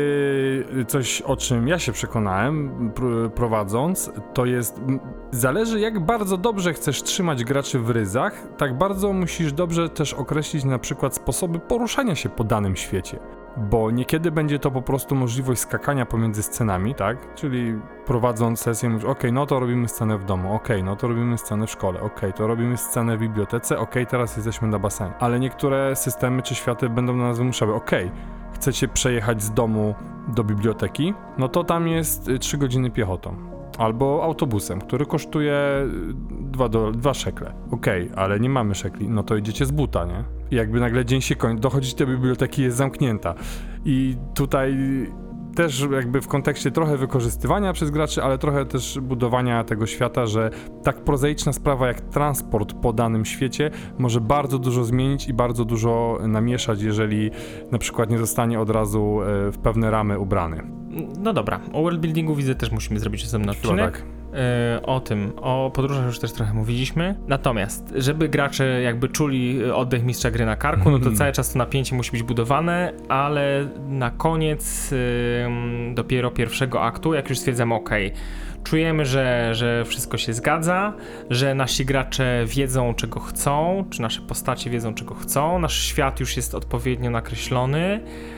Speaker 2: coś o czym ja się przekonałem pr- prowadząc, to jest, zależy jak bardzo dobrze chcesz trzymać graczy w ryzach, tak bardzo musisz dobrze też określić na przykład sposoby poruszania się po danym świecie. Bo niekiedy będzie to po prostu możliwość skakania pomiędzy scenami, tak? Czyli prowadząc sesję mówisz, ok, no to robimy scenę w domu, ok, no to robimy scenę w szkole, ok, to robimy scenę w bibliotece, ok, teraz jesteśmy na basenie. Ale niektóre systemy czy światy będą na nas wymuszały, ok, chcecie przejechać z domu do biblioteki, no to tam jest trzy godziny piechotą. Albo autobusem, który kosztuje dwa, do, dwa szekle. Okej, okay, ale nie mamy szekli, no to idziecie z buta, nie? I jakby nagle dzień się kończy, dochodzicie do biblioteki, jest zamknięta. I tutaj też jakby w kontekście trochę wykorzystywania przez graczy, ale trochę też budowania tego świata, że tak prozaiczna sprawa jak transport po danym świecie może bardzo dużo zmienić i bardzo dużo namieszać, jeżeli na przykład nie zostanie od razu w pewne ramy ubrany.
Speaker 1: No dobra, o worldbuildingu widzę też musimy zrobić osobny odcinek.
Speaker 2: Tak.
Speaker 1: Yy, o tym, o podróżach już też trochę mówiliśmy. Natomiast, żeby gracze jakby czuli oddech mistrza gry na karku, no to cały czas to napięcie musi być budowane, ale na koniec yy, dopiero pierwszego aktu, jak już stwierdzamy, ok, czujemy, że, że wszystko się zgadza, że nasi gracze wiedzą, czego chcą, czy nasze postacie wiedzą, czego chcą, nasz świat już jest odpowiednio nakreślony,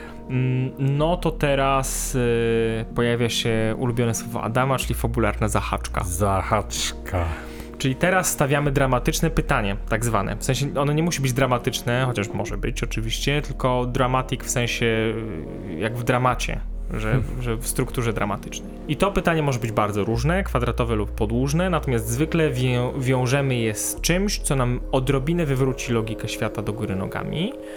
Speaker 1: no to teraz y, pojawia się ulubione słowo Adama, czyli fabularna zahaczka.
Speaker 2: Zahaczka.
Speaker 1: Czyli teraz stawiamy dramatyczne pytanie, tak zwane. W sensie ono nie musi być dramatyczne, chociaż może być oczywiście, tylko dramatik w sensie jak w dramacie, że, hmm. że w strukturze dramatycznej. I to pytanie może być bardzo różne, kwadratowe lub podłużne, natomiast zwykle wię- wiążemy je z czymś, co nam odrobinę wywróci logikę świata do góry nogami.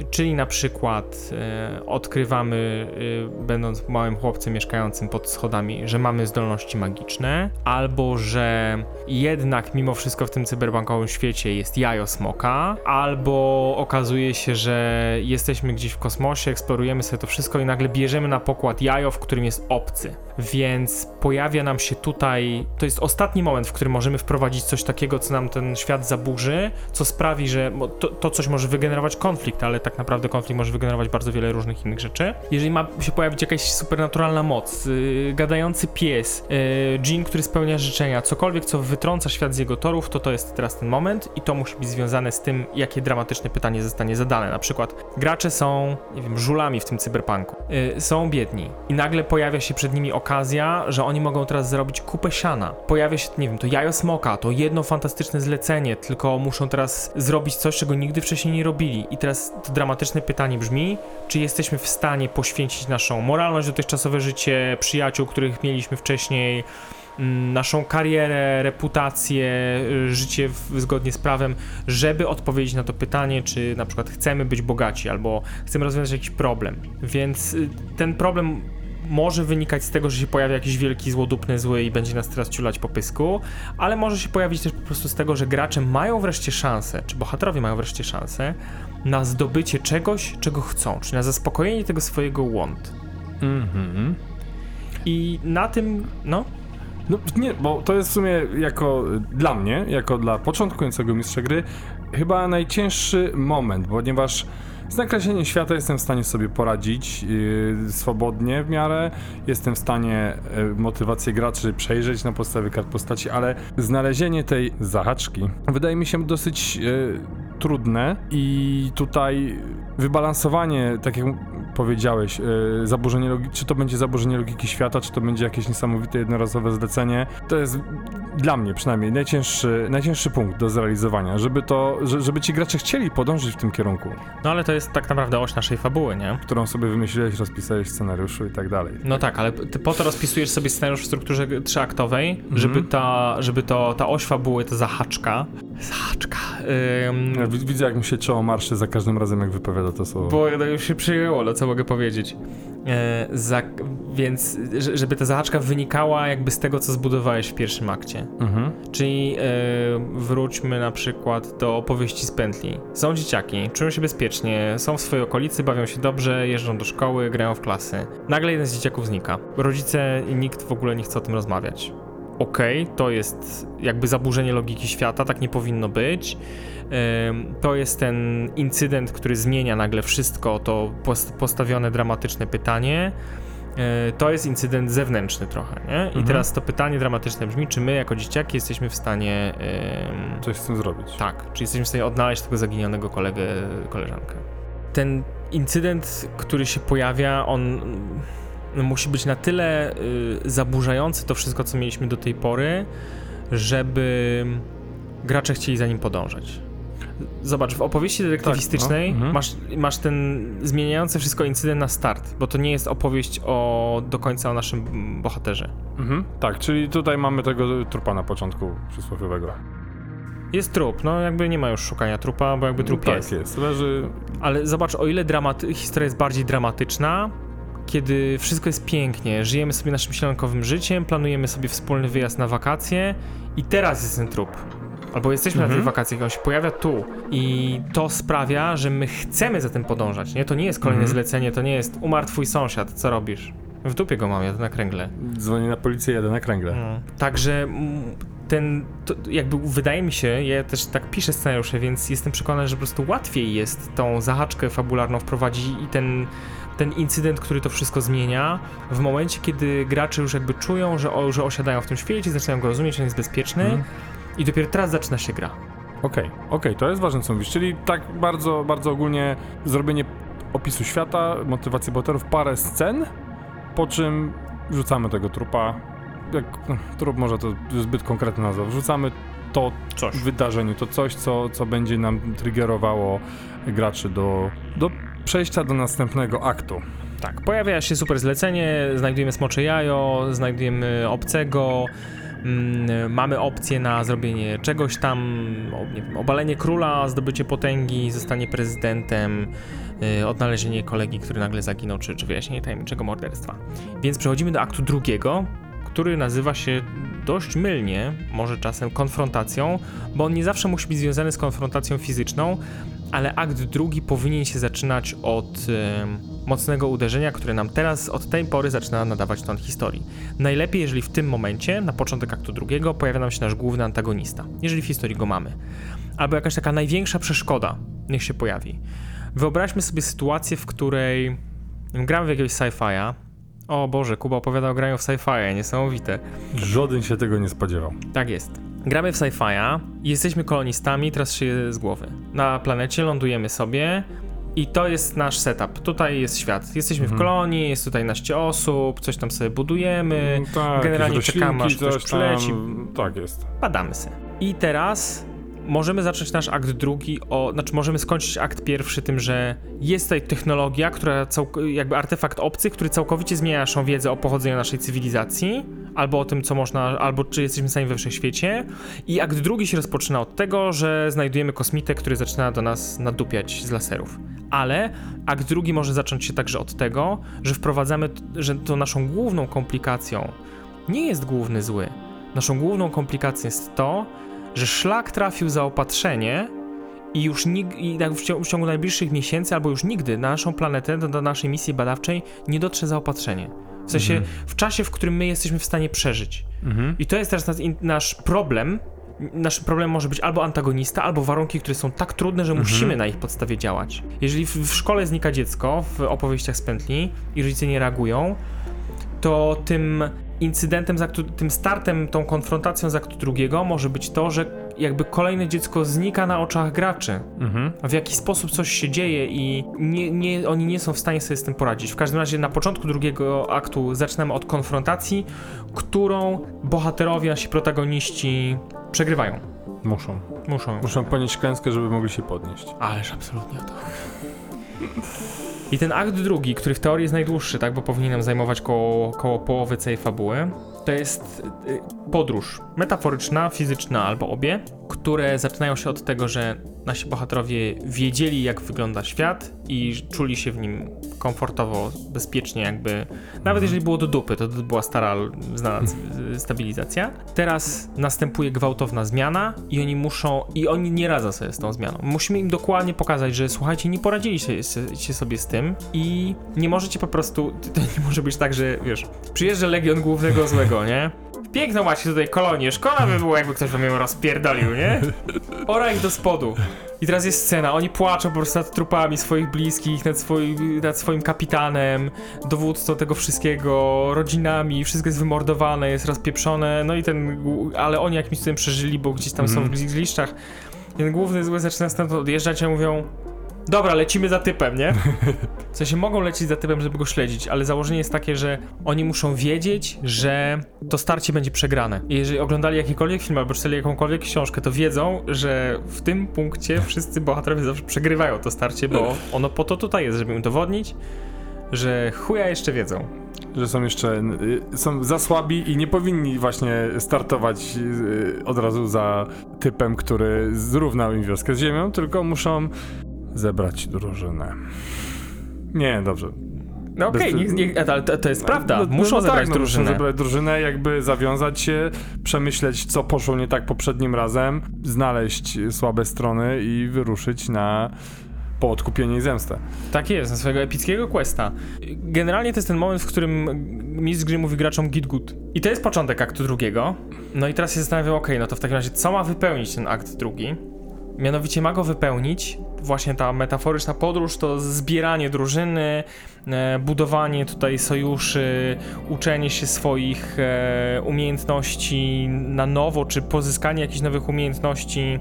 Speaker 1: Czyli na przykład e, odkrywamy, e, będąc małym chłopcem mieszkającym pod schodami, że mamy zdolności magiczne, albo że jednak mimo wszystko w tym cyberbankowym świecie jest jajo smoka, albo okazuje się, że jesteśmy gdzieś w kosmosie, eksplorujemy sobie to wszystko i nagle bierzemy na pokład jajo, w którym jest obcy. Więc pojawia nam się tutaj, to jest ostatni moment, w którym możemy wprowadzić coś takiego, co nam ten świat zaburzy, co sprawi, że to, to coś może wygenerować konflikt, ale tak naprawdę konflikt może wygenerować bardzo wiele różnych innych rzeczy. Jeżeli ma się pojawić jakaś supernaturalna moc, yy, gadający pies, yy, dżin, który spełnia życzenia, cokolwiek, co wytrąca świat z jego torów, to to jest teraz ten moment i to musi być związane z tym, jakie dramatyczne pytanie zostanie zadane. Na przykład gracze są, nie wiem, żulami w tym cyberpunku, yy, są biedni i nagle pojawia się przed nimi okazja, że oni mogą teraz zarobić kupę siana. Pojawia się, nie wiem, to jajo smoka, to jedno fantastyczne zlecenie, tylko muszą teraz zrobić coś, czego nigdy wcześniej nie robili. I teraz to dramatyczne pytanie brzmi, czy jesteśmy w stanie poświęcić naszą moralność, dotychczasowe życie przyjaciół, których mieliśmy wcześniej, naszą karierę, reputację, życie w, zgodnie z prawem, żeby odpowiedzieć na to pytanie, czy na przykład chcemy być bogaci, albo chcemy rozwiązać jakiś problem. Więc ten problem może wynikać z tego, że się pojawia jakiś wielki, złodupny zły i będzie nas teraz ciulać po pysku, ale może się pojawić też po prostu z tego, że gracze mają wreszcie szansę, czy bohaterowie mają wreszcie szansę na zdobycie czegoś, czego chcą, czyli na zaspokojenie tego swojego want.
Speaker 2: Mhm.
Speaker 1: I na tym, no...
Speaker 2: No nie, bo to jest w sumie jako dla mnie, jako dla początkującego mistrza gry, chyba najcięższy moment, ponieważ z nakreśleniem świata jestem w stanie sobie poradzić yy, swobodnie w miarę, jestem w stanie yy, motywację graczy przejrzeć na podstawie kart postaci, ale znalezienie tej zahaczki wydaje mi się dosyć yy, trudne i tutaj wybalansowanie, tak jak powiedziałeś, yy, zaburzenie logiki, czy to będzie zaburzenie logiki świata, czy to będzie jakieś niesamowite jednorazowe zlecenie, to jest dla mnie przynajmniej najcięższy, najcięższy punkt do zrealizowania, żeby to, żeby ci gracze chcieli podążyć w tym kierunku.
Speaker 1: No ale to jest tak naprawdę oś naszej fabuły, nie?
Speaker 2: Którą sobie wymyśliłeś, rozpisałeś w scenariuszu i tak dalej.
Speaker 1: No tak, ale ty po to rozpisujesz sobie scenariusz w strukturze trzyaktowej,
Speaker 2: Mhm.
Speaker 1: żeby ta, żeby to, ta oś fabuły, ta zahaczka, zahaczka, ym,
Speaker 2: Ja widzę, jak mu się czoło marszy za każdym razem, jak wypowiada to słowo.
Speaker 1: bo to już się przyjęło, no co mogę powiedzieć. E, za, więc żeby ta zahaczka wynikała jakby z tego, co zbudowałeś w pierwszym akcie.
Speaker 2: Mhm.
Speaker 1: Czyli e, wróćmy na przykład do opowieści z pętli. Są dzieciaki, czują się bezpiecznie, są w swojej okolicy, bawią się dobrze, jeżdżą do szkoły, grają w klasy. Nagle jeden z dzieciaków znika. Rodzice i nikt w ogóle nie chce o tym rozmawiać. Okej, okay, to jest jakby zaburzenie logiki świata, tak nie powinno być. To jest ten incydent, który zmienia nagle wszystko, to postawione dramatyczne pytanie. To jest incydent zewnętrzny trochę, nie? I
Speaker 2: mhm.
Speaker 1: teraz to pytanie dramatyczne brzmi, czy my jako dzieciaki jesteśmy w stanie... Um,
Speaker 2: coś z tym zrobić.
Speaker 1: Tak, czy jesteśmy w stanie odnaleźć tego zaginionego kolegę, koleżankę. Ten incydent, który się pojawia, on musi być na tyle y, zaburzający to wszystko, co mieliśmy do tej pory, żeby gracze chcieli za nim podążać. Zobacz, w opowieści detektywistycznej
Speaker 2: tak, no. mhm.
Speaker 1: masz, masz ten zmieniający wszystko incydent na start, bo to nie jest opowieść o, do końca o naszym bohaterze.
Speaker 2: Mhm. Tak, czyli tutaj mamy tego trupa na początku przysłowiowego.
Speaker 1: Jest trup, no jakby nie ma już szukania trupa, bo jakby trup
Speaker 2: no,
Speaker 1: jest.
Speaker 2: Tak jest, leży...
Speaker 1: Ale zobacz, o ile dramaty- historia jest bardziej dramatyczna, kiedy wszystko jest pięknie, żyjemy sobie naszym sielankowym życiem, planujemy sobie wspólny wyjazd na wakacje i teraz jest ten trup. Albo jesteśmy mhm. na tych wakacjach, on się pojawia tu i to sprawia, że my chcemy za tym podążać, nie? To nie jest kolejne mhm. zlecenie, to nie jest umarł twój sąsiad, co robisz? W dupie go mam, jadę na kręgle.
Speaker 2: Dzwonię na policję, jadę na kręgle.
Speaker 1: No. Także ten, to jakby wydaje mi się, ja też tak piszę scenariusze, więc jestem przekonany, że po prostu łatwiej jest tą zahaczkę fabularną wprowadzić i ten ten incydent, który to wszystko zmienia, w momencie, kiedy gracze już jakby czują, że, o, że osiadają w tym świecie, zaczynają go rozumieć, że on jest bezpieczny mm. i dopiero teraz zaczyna się gra.
Speaker 2: Okej, okay, okej, okay, to jest ważne, co mówisz, czyli tak bardzo, bardzo ogólnie zrobienie opisu świata, motywacji bohaterów, parę scen, po czym wrzucamy tego trupa, jak, no, trup może to zbyt konkretna nazwa, wrzucamy to coś. wydarzenie, to coś, co, co będzie nam triggerowało graczy do, do przejścia do następnego aktu.
Speaker 1: Tak, pojawia się super zlecenie, znajdujemy smocze jajo, znajdujemy obcego, mm, mamy opcję na zrobienie czegoś tam, o, nie wiem, obalenie króla, zdobycie potęgi, zostanie prezydentem, yy, odnalezienie kolegi, który nagle zaginął, czy, czy wyjaśnienie tajemniczego morderstwa. Więc przechodzimy do aktu drugiego, który nazywa się dość mylnie, może czasem konfrontacją, bo on nie zawsze musi być związany z konfrontacją fizyczną, ale akt drugi powinien się zaczynać od e, mocnego uderzenia, które nam teraz od tej pory zaczyna nadawać ton historii. Najlepiej, jeżeli w tym momencie, na początek aktu drugiego, pojawia nam się nasz główny antagonista, jeżeli w historii go mamy. Albo jakaś taka największa przeszkoda, niech się pojawi. Wyobraźmy sobie sytuację, w której gramy w jakiegoś sci-fi'a. O Boże, Kuba opowiada o graniu w sci-fi'a, niesamowite.
Speaker 2: Żaden się tego nie spodziewał.
Speaker 1: Tak jest. Gramy w sci-fi'a i jesteśmy kolonistami, teraz szyję z głowy. Na planecie lądujemy sobie i to jest nasz setup. Tutaj jest świat. Jesteśmy mhm. w kolonii, jest tutaj naście osób, coś tam sobie budujemy,
Speaker 2: no tak,
Speaker 1: generalnie czekamy, aż ktoś
Speaker 2: coś
Speaker 1: przyleci.
Speaker 2: Tam, tak jest.
Speaker 1: Badamy sobie. I teraz możemy zacząć nasz akt drugi, o, znaczy możemy skończyć akt pierwszy tym, że jest tutaj technologia, która całk- jakby artefakt obcy, który całkowicie zmienia naszą wiedzę o pochodzeniu naszej cywilizacji, albo o tym, co można, albo czy jesteśmy sami we wszechświecie. I akt drugi się rozpoczyna od tego, że znajdujemy kosmitę, który zaczyna do nas nadupiać z laserów. Ale akt drugi może zacząć się także od tego, że wprowadzamy, że to naszą główną komplikacją nie jest główny zły. Naszą główną komplikacją jest to, że szlak trafił zaopatrzenie i już nig- i w, ciągu, w ciągu najbliższych miesięcy, albo już nigdy na naszą planetę, do, do naszej misji badawczej nie dotrze zaopatrzenie. W sensie mhm. w czasie, w którym my jesteśmy w stanie przeżyć. Mhm. I to jest teraz nasz, nasz problem. Nasz problem może być albo antagonista, albo warunki, które są tak trudne, że mhm. musimy na ich podstawie działać. Jeżeli w, w szkole znika dziecko, w opowieściach z pętli i rodzice nie reagują, to tym incydentem, z aktu, tym startem, tą konfrontacją z aktu drugiego może być to, że jakby kolejne dziecko znika na oczach graczy. Mhm. W jaki sposób coś się dzieje i nie, nie, oni nie są w stanie sobie z tym poradzić. W każdym razie na początku drugiego aktu zaczynamy od konfrontacji, którą bohaterowie, nasi protagoniści przegrywają.
Speaker 2: Muszą.
Speaker 1: Muszą.
Speaker 2: Muszą ponieść klęskę, żeby mogli się podnieść.
Speaker 1: Ależ absolutnie o to. I ten akt drugi, który w teorii jest najdłuższy, tak, bo powinien nam zajmować koło, koło połowy całej fabuły, to jest y, podróż metaforyczna, fizyczna albo obie, które zaczynają się od tego, że nasi bohaterowie wiedzieli, jak wygląda świat i czuli się w nim komfortowo, bezpiecznie jakby, nawet jeżeli było do dupy, to była stara, znana stabilizacja. Teraz następuje gwałtowna zmiana i oni muszą, i oni nie radzą sobie z tą zmianą. Musimy im dokładnie pokazać, że słuchajcie, nie poradziliście się sobie z tym i nie możecie po prostu, to nie może być tak, że wiesz, przyjeżdża Legion Głównego Złego, nie? Piękną macie tutaj kolonię, szkoda by było, jakby ktoś wam ją rozpierdolił, nie? Ora ich do spodu. I teraz jest scena, oni płaczą po prostu nad trupami swoich bliskich, nad, swoi, nad swoim kapitanem, dowódcą tego wszystkiego, rodzinami, wszystko jest wymordowane, jest rozpieprzone, no i ten, ale oni jakimś cudem przeżyli, bo gdzieś tam mm. są w zgliszczach. Ten główny zły zaczyna stamtąd odjeżdżać i mówią: dobra, lecimy za typem, nie? W sensie mogą lecieć za typem, żeby go śledzić, ale założenie jest takie, że oni muszą wiedzieć, że to starcie będzie przegrane. I jeżeli oglądali jakikolwiek film albo czytali jakąkolwiek książkę, to wiedzą, że w tym punkcie wszyscy bohaterowie zawsze przegrywają to starcie, bo ono po to tutaj jest, żeby im udowodnić, że chuja jeszcze wiedzą.
Speaker 2: Że są jeszcze, są za słabi i nie powinni właśnie startować od razu za typem, który zrównał im wioskę z ziemią, tylko muszą zebrać drużynę. Nie, dobrze.
Speaker 1: No okej, okay, ale to, to jest prawda. No, muszą
Speaker 2: no, no
Speaker 1: zebrać
Speaker 2: tak,
Speaker 1: drużynę.
Speaker 2: No, muszą zebrać drużynę, jakby zawiązać się, przemyśleć, co poszło nie tak poprzednim razem, znaleźć słabe strony i wyruszyć na po odkupienie i zemstę.
Speaker 1: Tak jest, na swojego epickiego questa. Generalnie to jest ten moment, w którym mistrz gry mówi graczom git good. I to jest początek aktu drugiego. No i teraz się zastanawiam, okej, okay, no to w takim razie co ma wypełnić ten akt drugi? Mianowicie ma go wypełnić właśnie ta metaforyczna podróż, to zbieranie drużyny, e, budowanie tutaj sojuszy, uczenie się swoich e, umiejętności na nowo, czy pozyskanie jakichś nowych umiejętności e,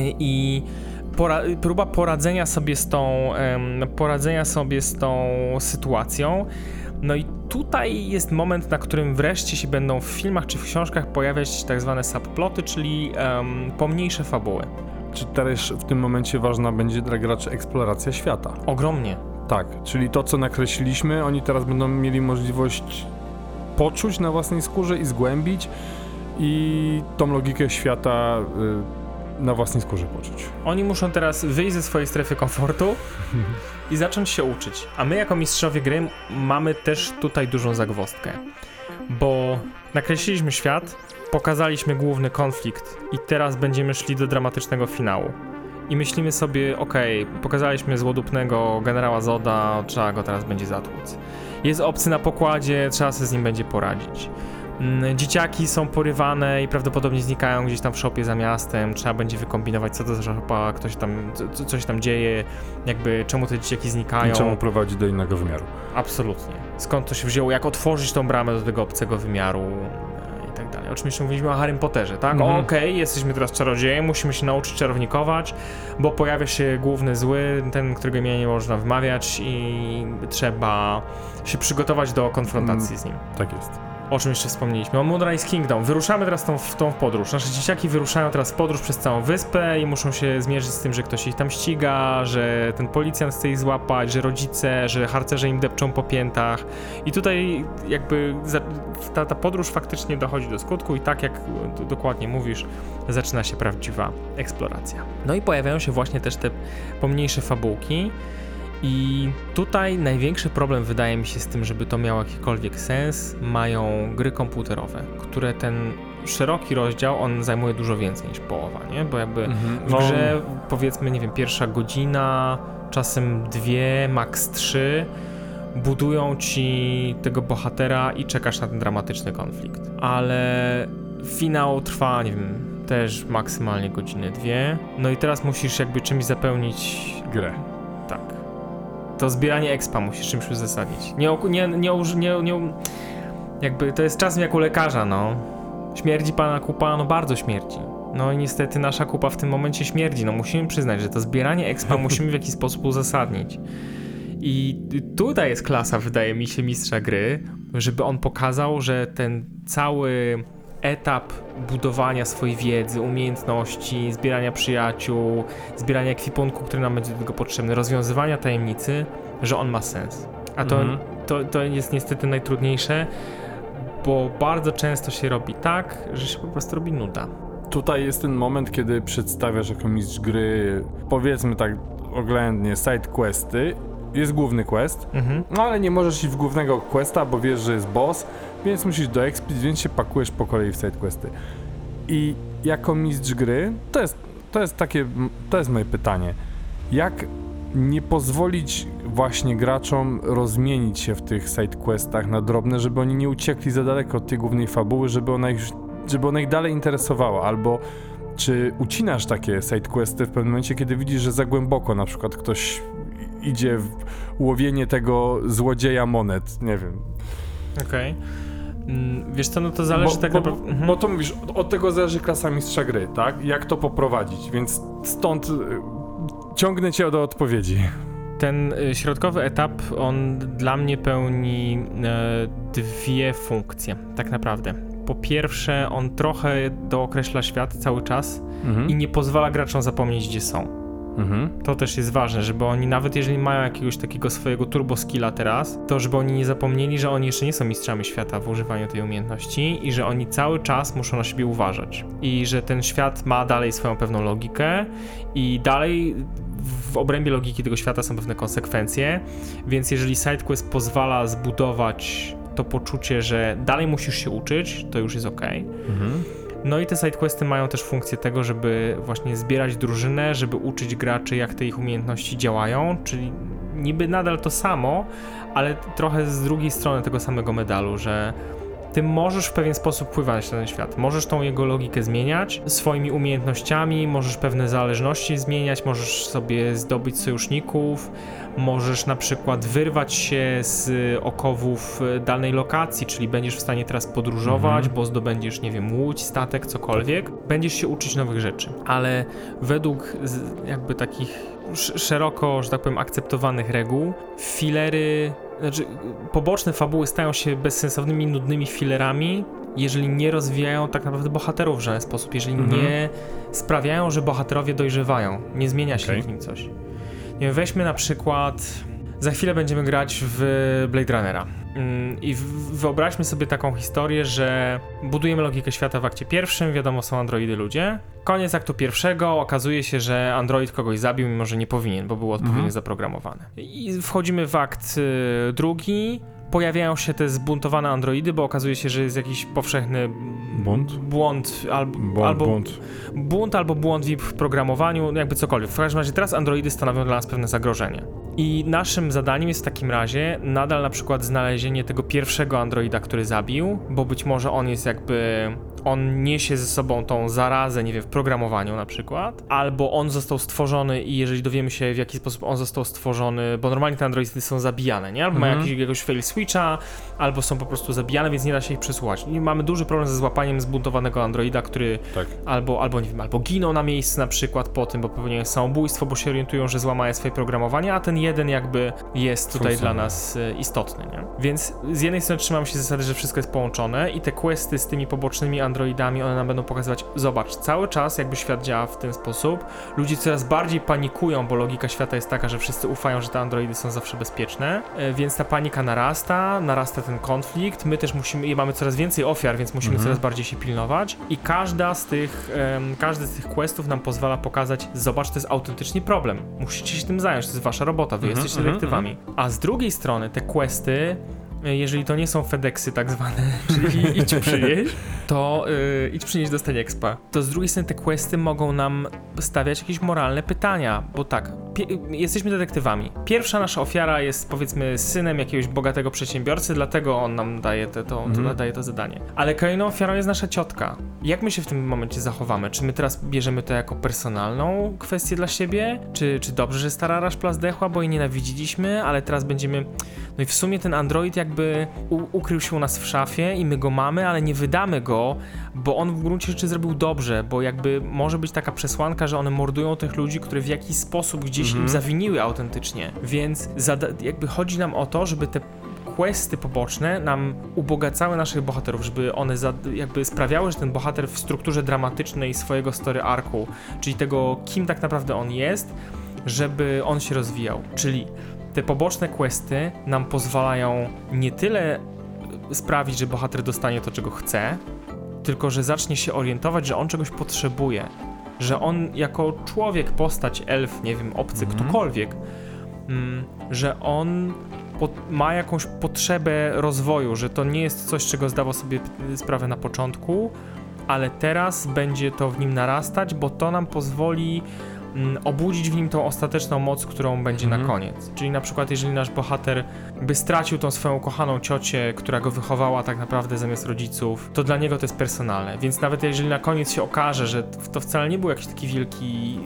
Speaker 1: i pora próba poradzenia sobie z tą, e, poradzenia sobie z tą sytuacją. No i tutaj jest moment, na którym wreszcie się będą w filmach czy w książkach pojawiać tak zwane subploty, czyli um, pomniejsze fabuły.
Speaker 2: Czy też w tym momencie ważna będzie dla graczy eksploracja świata?
Speaker 1: Ogromnie.
Speaker 2: Tak, czyli to, co nakreśliliśmy, oni teraz będą mieli możliwość poczuć na własnej skórze i zgłębić i tą logikę świata y, na własnej skórze poczuć.
Speaker 1: Oni muszą teraz wyjść ze swojej strefy komfortu i zacząć się uczyć. A my jako mistrzowie gry mamy też tutaj dużą zagwozdkę, bo nakreśliliśmy świat, pokazaliśmy główny konflikt i teraz będziemy szli do dramatycznego finału. I myślimy sobie, okej, okay, pokazaliśmy złodupnego generała Zoda, trzeba go teraz będzie zatłuc. Jest obcy na pokładzie, trzeba sobie z nim będzie poradzić. Dzieciaki są porywane i prawdopodobnie znikają gdzieś tam w szopie za miastem, trzeba będzie wykombinować, co to za szopa, ktoś tam, co, co się tam dzieje, jakby czemu te dzieciaki znikają.
Speaker 2: I czemu prowadzi do innego wymiaru.
Speaker 1: Absolutnie. Skąd to się wzięło, jak otworzyć tą bramę do tego obcego wymiaru i tak dalej. Oczywiście mówiliśmy o Harrym Potterze, tak? Mhm. Okej, okay, jesteśmy teraz czarodziejem, musimy się nauczyć czarownikować, bo pojawia się główny zły, ten, którego imienia nie można wymawiać i trzeba się przygotować do konfrontacji mm, z nim.
Speaker 2: Tak jest.
Speaker 1: O czym jeszcze wspomnieliśmy? O Moonrise Kingdom. Wyruszamy teraz tą, w tą podróż. Nasze dzieciaki wyruszają teraz w podróż przez całą wyspę i muszą się zmierzyć z tym, że ktoś ich tam ściga, że ten policjant chce ich złapać, że rodzice, że harcerze im depczą po piętach. I tutaj jakby za, ta, ta podróż faktycznie dochodzi do skutku i tak jak dokładnie mówisz, zaczyna się prawdziwa eksploracja. No i pojawiają się właśnie też te pomniejsze fabułki. I tutaj największy problem wydaje mi się z tym, żeby to miało jakikolwiek sens, mają gry komputerowe, które ten szeroki rozdział, on zajmuje dużo więcej niż połowa, nie? Bo jakby mhm. w grze powiedzmy, nie wiem, pierwsza godzina, czasem dwie, maks trzy, budują ci tego bohatera i czekasz na ten dramatyczny konflikt. Ale finał trwa, nie wiem, też maksymalnie godzinę, dwie. No i teraz musisz jakby czymś zapełnić
Speaker 2: grę.
Speaker 1: Tak. To zbieranie expa musisz czymś uzasadnić. Nie, nie, nie, nie, nie, jakby to jest czasem jak u lekarza, no. Śmierdzi pana kupa, no bardzo śmierdzi. No i niestety nasza kupa w tym momencie śmierdzi, no musimy przyznać, że to zbieranie expa musimy w jakiś sposób uzasadnić. I tutaj jest klasa, wydaje mi się, mistrza gry, żeby on pokazał, że ten cały etap budowania swojej wiedzy, umiejętności, zbierania przyjaciół, zbierania ekwipunku, który nam będzie do tego potrzebny, rozwiązywania tajemnicy, że on ma sens. A to, mhm. to, to jest niestety najtrudniejsze, bo bardzo często się robi tak, że się po prostu robi nuda.
Speaker 2: Tutaj jest ten moment, kiedy przedstawiasz jako mistrz gry, powiedzmy tak oględnie, side questy. Jest główny quest, mhm. no ale nie możesz iść w głównego questa, bo wiesz, że jest boss, więc musisz doexpić, więc się pakujesz po kolei w side questy. I jako mistrz gry, to jest, to jest takie, to jest moje pytanie, jak nie pozwolić właśnie graczom rozmienić się w tych side questach na drobne, żeby oni nie uciekli za daleko od tej głównej fabuły, żeby ona ich, żeby ona ich dalej interesowała, albo czy ucinasz takie side questy w pewnym momencie, kiedy widzisz, że za głęboko na przykład ktoś idzie w łowienie tego złodzieja monet, nie wiem.
Speaker 1: Okej. Okay. Wiesz co, no to zależy
Speaker 2: bo,
Speaker 1: tak
Speaker 2: bo,
Speaker 1: naprawdę... Mhm.
Speaker 2: Bo to mówisz, od, od tego zależy klasa mistrza gry, tak? Jak to poprowadzić, więc stąd y, ciągnę cię do odpowiedzi.
Speaker 1: Ten y, środkowy etap, on dla mnie pełni y, dwie funkcje, tak naprawdę. Po pierwsze, on trochę dookreśla świat cały czas mhm. i nie pozwala graczom zapomnieć, gdzie są. Mhm. To też jest ważne, żeby oni, nawet jeżeli mają jakiegoś takiego swojego turbo skilla teraz, to żeby oni nie zapomnieli, że oni jeszcze nie są mistrzami świata w używaniu tej umiejętności i że oni cały czas muszą na siebie uważać. I że ten świat ma dalej swoją pewną logikę i dalej w obrębie logiki tego świata są pewne konsekwencje, więc jeżeli sidequest pozwala zbudować to poczucie, że dalej musisz się uczyć, to już jest okej. Mhm. No i te sidequesty mają też funkcję tego, żeby właśnie zbierać drużynę, żeby uczyć graczy, jak te ich umiejętności działają, czyli niby nadal to samo, ale trochę z drugiej strony tego samego medalu, że ty możesz w pewien sposób wpływać na ten świat. Możesz tą jego logikę zmieniać swoimi umiejętnościami, możesz pewne zależności zmieniać, możesz sobie zdobyć sojuszników, możesz na przykład wyrwać się z okowów danej lokacji, czyli będziesz w stanie teraz podróżować, mhm. bo zdobędziesz, nie wiem, łódź, statek, cokolwiek. Będziesz się uczyć nowych rzeczy, ale według jakby takich szeroko, że tak powiem, akceptowanych reguł, filery, znaczy poboczne fabuły stają się bezsensownymi, nudnymi filerami, jeżeli nie rozwijają tak naprawdę bohaterów w żaden sposób, jeżeli mhm. nie sprawiają, że bohaterowie dojrzewają, nie zmienia się okay. w nim coś. Nie wiem, weźmy na przykład za chwilę będziemy grać w Blade Runnera. I wyobraźmy sobie taką historię, że budujemy logikę świata w akcie pierwszym, wiadomo, są androidy ludzie. Koniec aktu pierwszego, okazuje się, że android kogoś zabił, mimo że nie powinien, bo był odpowiednio mhm. zaprogramowany. I wchodzimy w akt y, drugi, pojawiają się te zbuntowane androidy, bo okazuje się, że jest jakiś powszechny
Speaker 2: błąd,
Speaker 1: błąd albo,
Speaker 2: błąd,
Speaker 1: albo
Speaker 2: błąd.
Speaker 1: bunt albo błąd w programowaniu, jakby cokolwiek. W każdym razie teraz androidy stanowią dla nas pewne zagrożenie. I naszym zadaniem jest w takim razie nadal na przykład znalezienie tego pierwszego androida, który zabił, bo być może on jest jakby... on niesie ze sobą tą zarazę, nie wiem, w programowaniu na przykład, albo on został stworzony i jeżeli dowiemy się, w jaki sposób on został stworzony, bo normalnie te androidy są zabijane, nie? Albo mm-hmm. mają jakiegoś, jakiegoś fail switcha, albo są po prostu zabijane, więc nie da się ich przesuwać. I mamy duży problem ze złapaniem zbuntowanego androida, który tak. albo, albo, nie wiem, albo ginął na miejscu na przykład po tym, bo popełniają samobójstwo, bo się orientują, że złamają swoje programowanie, a ten jeden jakby jest tutaj dla nas y, istotny, nie? Więc z jednej strony trzymamy się zasady, że wszystko jest połączone i te questy z tymi pobocznymi androidami, one nam będą pokazywać, zobacz, cały czas jakby świat działa w ten sposób, ludzie coraz bardziej panikują, bo logika świata jest taka, że wszyscy ufają, że te androidy są zawsze bezpieczne, więc ta panika narasta, narasta ten konflikt, my też musimy, i mamy coraz więcej ofiar, więc musimy mhm. coraz bardziej się pilnować i każda z tych, um, każdy z tych questów nam pozwala pokazać, zobacz, to jest autentycznie problem, musicie się tym zająć, to jest wasza robota, wy mhm, jesteście detektywami. Mhm. A z drugiej strony te questy, jeżeli to nie są FedExy tak zwane, czyli idź przynieść, to yy, idź przynieść, dostanie expa. To z drugiej strony te questy mogą nam stawiać jakieś moralne pytania, bo tak, jesteśmy detektywami. Pierwsza nasza ofiara jest, powiedzmy, synem jakiegoś bogatego przedsiębiorcy, dlatego on nam daje, te, to, mm. to, daje to zadanie. Ale kolejną ofiarą jest nasza ciotka. Jak my się w tym momencie zachowamy? Czy my teraz bierzemy to jako personalną kwestię dla siebie? Czy, czy dobrze, że stara Raszpla zdechła, bo jej nienawidziliśmy, ale teraz będziemy... No i w sumie ten android jakby u- ukrył się u nas w szafie i my go mamy, ale nie wydamy go, bo on w gruncie rzeczy zrobił dobrze, bo jakby może być taka przesłanka, że one mordują tych ludzi, które w jakiś sposób gdzieś mm-hmm. im zawiniły autentycznie. Więc zada- jakby chodzi nam o to, żeby te questy poboczne nam ubogacały naszych bohaterów, żeby one za- jakby sprawiały, że ten bohater w strukturze dramatycznej swojego story arcu, czyli tego, kim tak naprawdę on jest, żeby on się rozwijał. Czyli te poboczne questy nam pozwalają nie tyle sprawić, że bohater dostanie to, czego chce, tylko że zacznie się orientować, że on czegoś potrzebuje, że on jako człowiek, postać, elf, nie wiem, obcy, mm-hmm. ktokolwiek, mm, że on po- ma jakąś potrzebę rozwoju, że to nie jest coś, z czego zdawał sobie sprawę na początku, ale teraz będzie to w nim narastać, bo to nam pozwoli obudzić w nim tą ostateczną moc, którą będzie mm. na koniec. Czyli na przykład jeżeli nasz bohater by stracił tą swoją kochaną ciocię, która go wychowała tak naprawdę zamiast rodziców, to dla niego to jest personalne. Więc nawet jeżeli na koniec się okaże, że to wcale nie był jakiś taki wielki...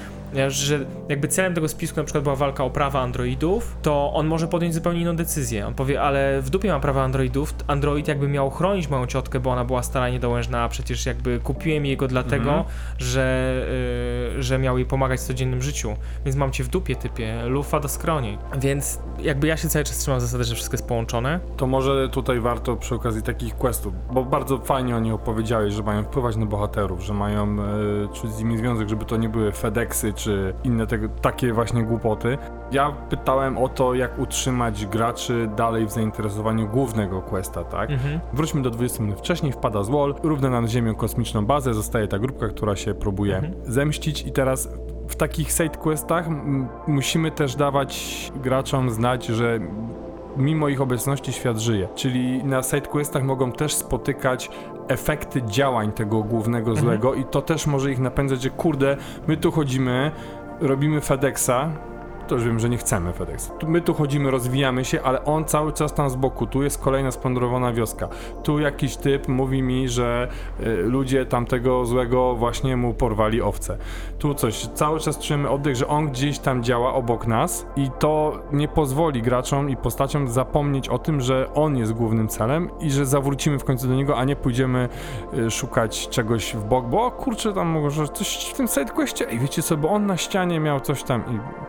Speaker 1: że jakby celem tego spisku na przykład była walka o prawa androidów, to on może podjąć zupełnie inną decyzję. On powie, ale w dupie mam prawa androidów, android jakby miał chronić moją ciotkę, bo ona była stara i niedołężna, a przecież jakby kupiłem jej go dlatego, mm-hmm. że, yy, że miał jej pomagać w codziennym życiu, więc mam cię w dupie, typie, lufa do skroni. Więc jakby ja się cały czas trzymam zasady, że wszystko jest połączone.
Speaker 2: To może tutaj warto przy okazji takich questów, bo bardzo fajnie o nich opowiedziałeś, że mają wpływać na bohaterów, że mają yy, czuć z nimi związek, żeby to nie były FedExy czy inne tego, takie właśnie głupoty. Ja pytałem o to, jak utrzymać graczy dalej w zainteresowaniu głównego questa, tak? Mhm. Wróćmy do dwudziestu minut wcześniej, wpada złol, równa nad ziemią kosmiczną bazę, zostaje ta grupka, która się próbuje mhm. zemścić i teraz w takich sidequestach m- musimy też dawać graczom znać, że mimo ich obecności świat żyje, czyli na sidequestach mogą też spotykać efekty działań tego głównego złego mhm. i to też może ich napędzać, że kurde, my tu chodzimy, robimy FedExa, to już wiem, że nie chcemy FedExa. My tu chodzimy, rozwijamy się, ale on cały czas tam z boku, tu jest kolejna splądrowana wioska. Tu jakiś typ mówi mi, że y, ludzie tamtego złego właśnie mu porwali owce. Tu coś, cały czas czujemy oddech, że on gdzieś tam działa obok nas i to nie pozwoli graczom i postaciom zapomnieć o tym, że on jest głównym celem i że zawrócimy w końcu do niego, a nie pójdziemy y, szukać czegoś w bok, bo kurczę, tam może coś w tym sidequestie, i wiecie co, bo on na ścianie miał coś tam i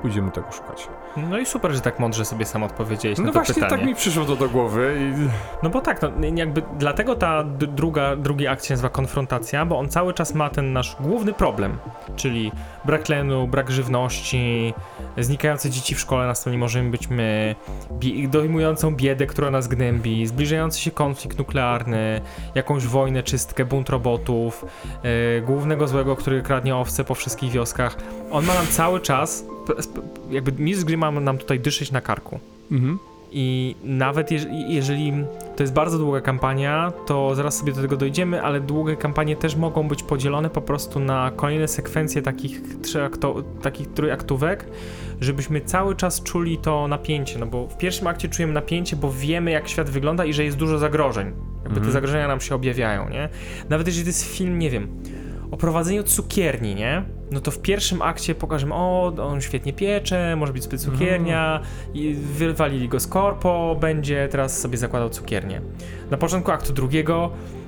Speaker 2: pójdziemy tego szukać.
Speaker 1: No i super, że tak mądrze sobie sam odpowiedziałeś
Speaker 2: No
Speaker 1: na to
Speaker 2: właśnie
Speaker 1: pytanie.
Speaker 2: tak mi przyszło to do głowy i...
Speaker 1: No bo tak, no jakby dlatego ta d- druga, drugi akt się nazywa konfrontacja, bo on cały czas ma ten nasz główny problem, czyli brak tlenu, brak żywności, znikające dzieci w szkole, na stronie możemy być my, bie- dojmującą biedę, która nas gnębi, zbliżający się konflikt nuklearny, jakąś wojnę, czystkę, bunt robotów, yy, głównego złego, który kradnie owce po wszystkich wioskach. On ma nam cały czas, p- sp- jakby mistrz gry ma nam tutaj dyszyć na karku.
Speaker 2: Mhm.
Speaker 1: I nawet jeż- jeżeli to jest bardzo długa kampania, to zaraz sobie do tego dojdziemy, ale długie kampanie też mogą być podzielone po prostu na kolejne sekwencje takich, trzyakto- takich trójaktówek, żebyśmy cały czas czuli to napięcie, no bo w pierwszym akcie czujemy napięcie, bo wiemy jak świat wygląda i że jest dużo zagrożeń. Jakby
Speaker 2: Mhm.
Speaker 1: te zagrożenia nam się objawiają, nie? Nawet jeżeli to jest film, nie wiem, o prowadzeniu cukierni, nie? No to w pierwszym akcie pokażemy, o, on świetnie piecze, może być zbyt cukiernia, i wywalili go z korpo, będzie teraz sobie zakładał cukiernię. Na początku aktu drugiego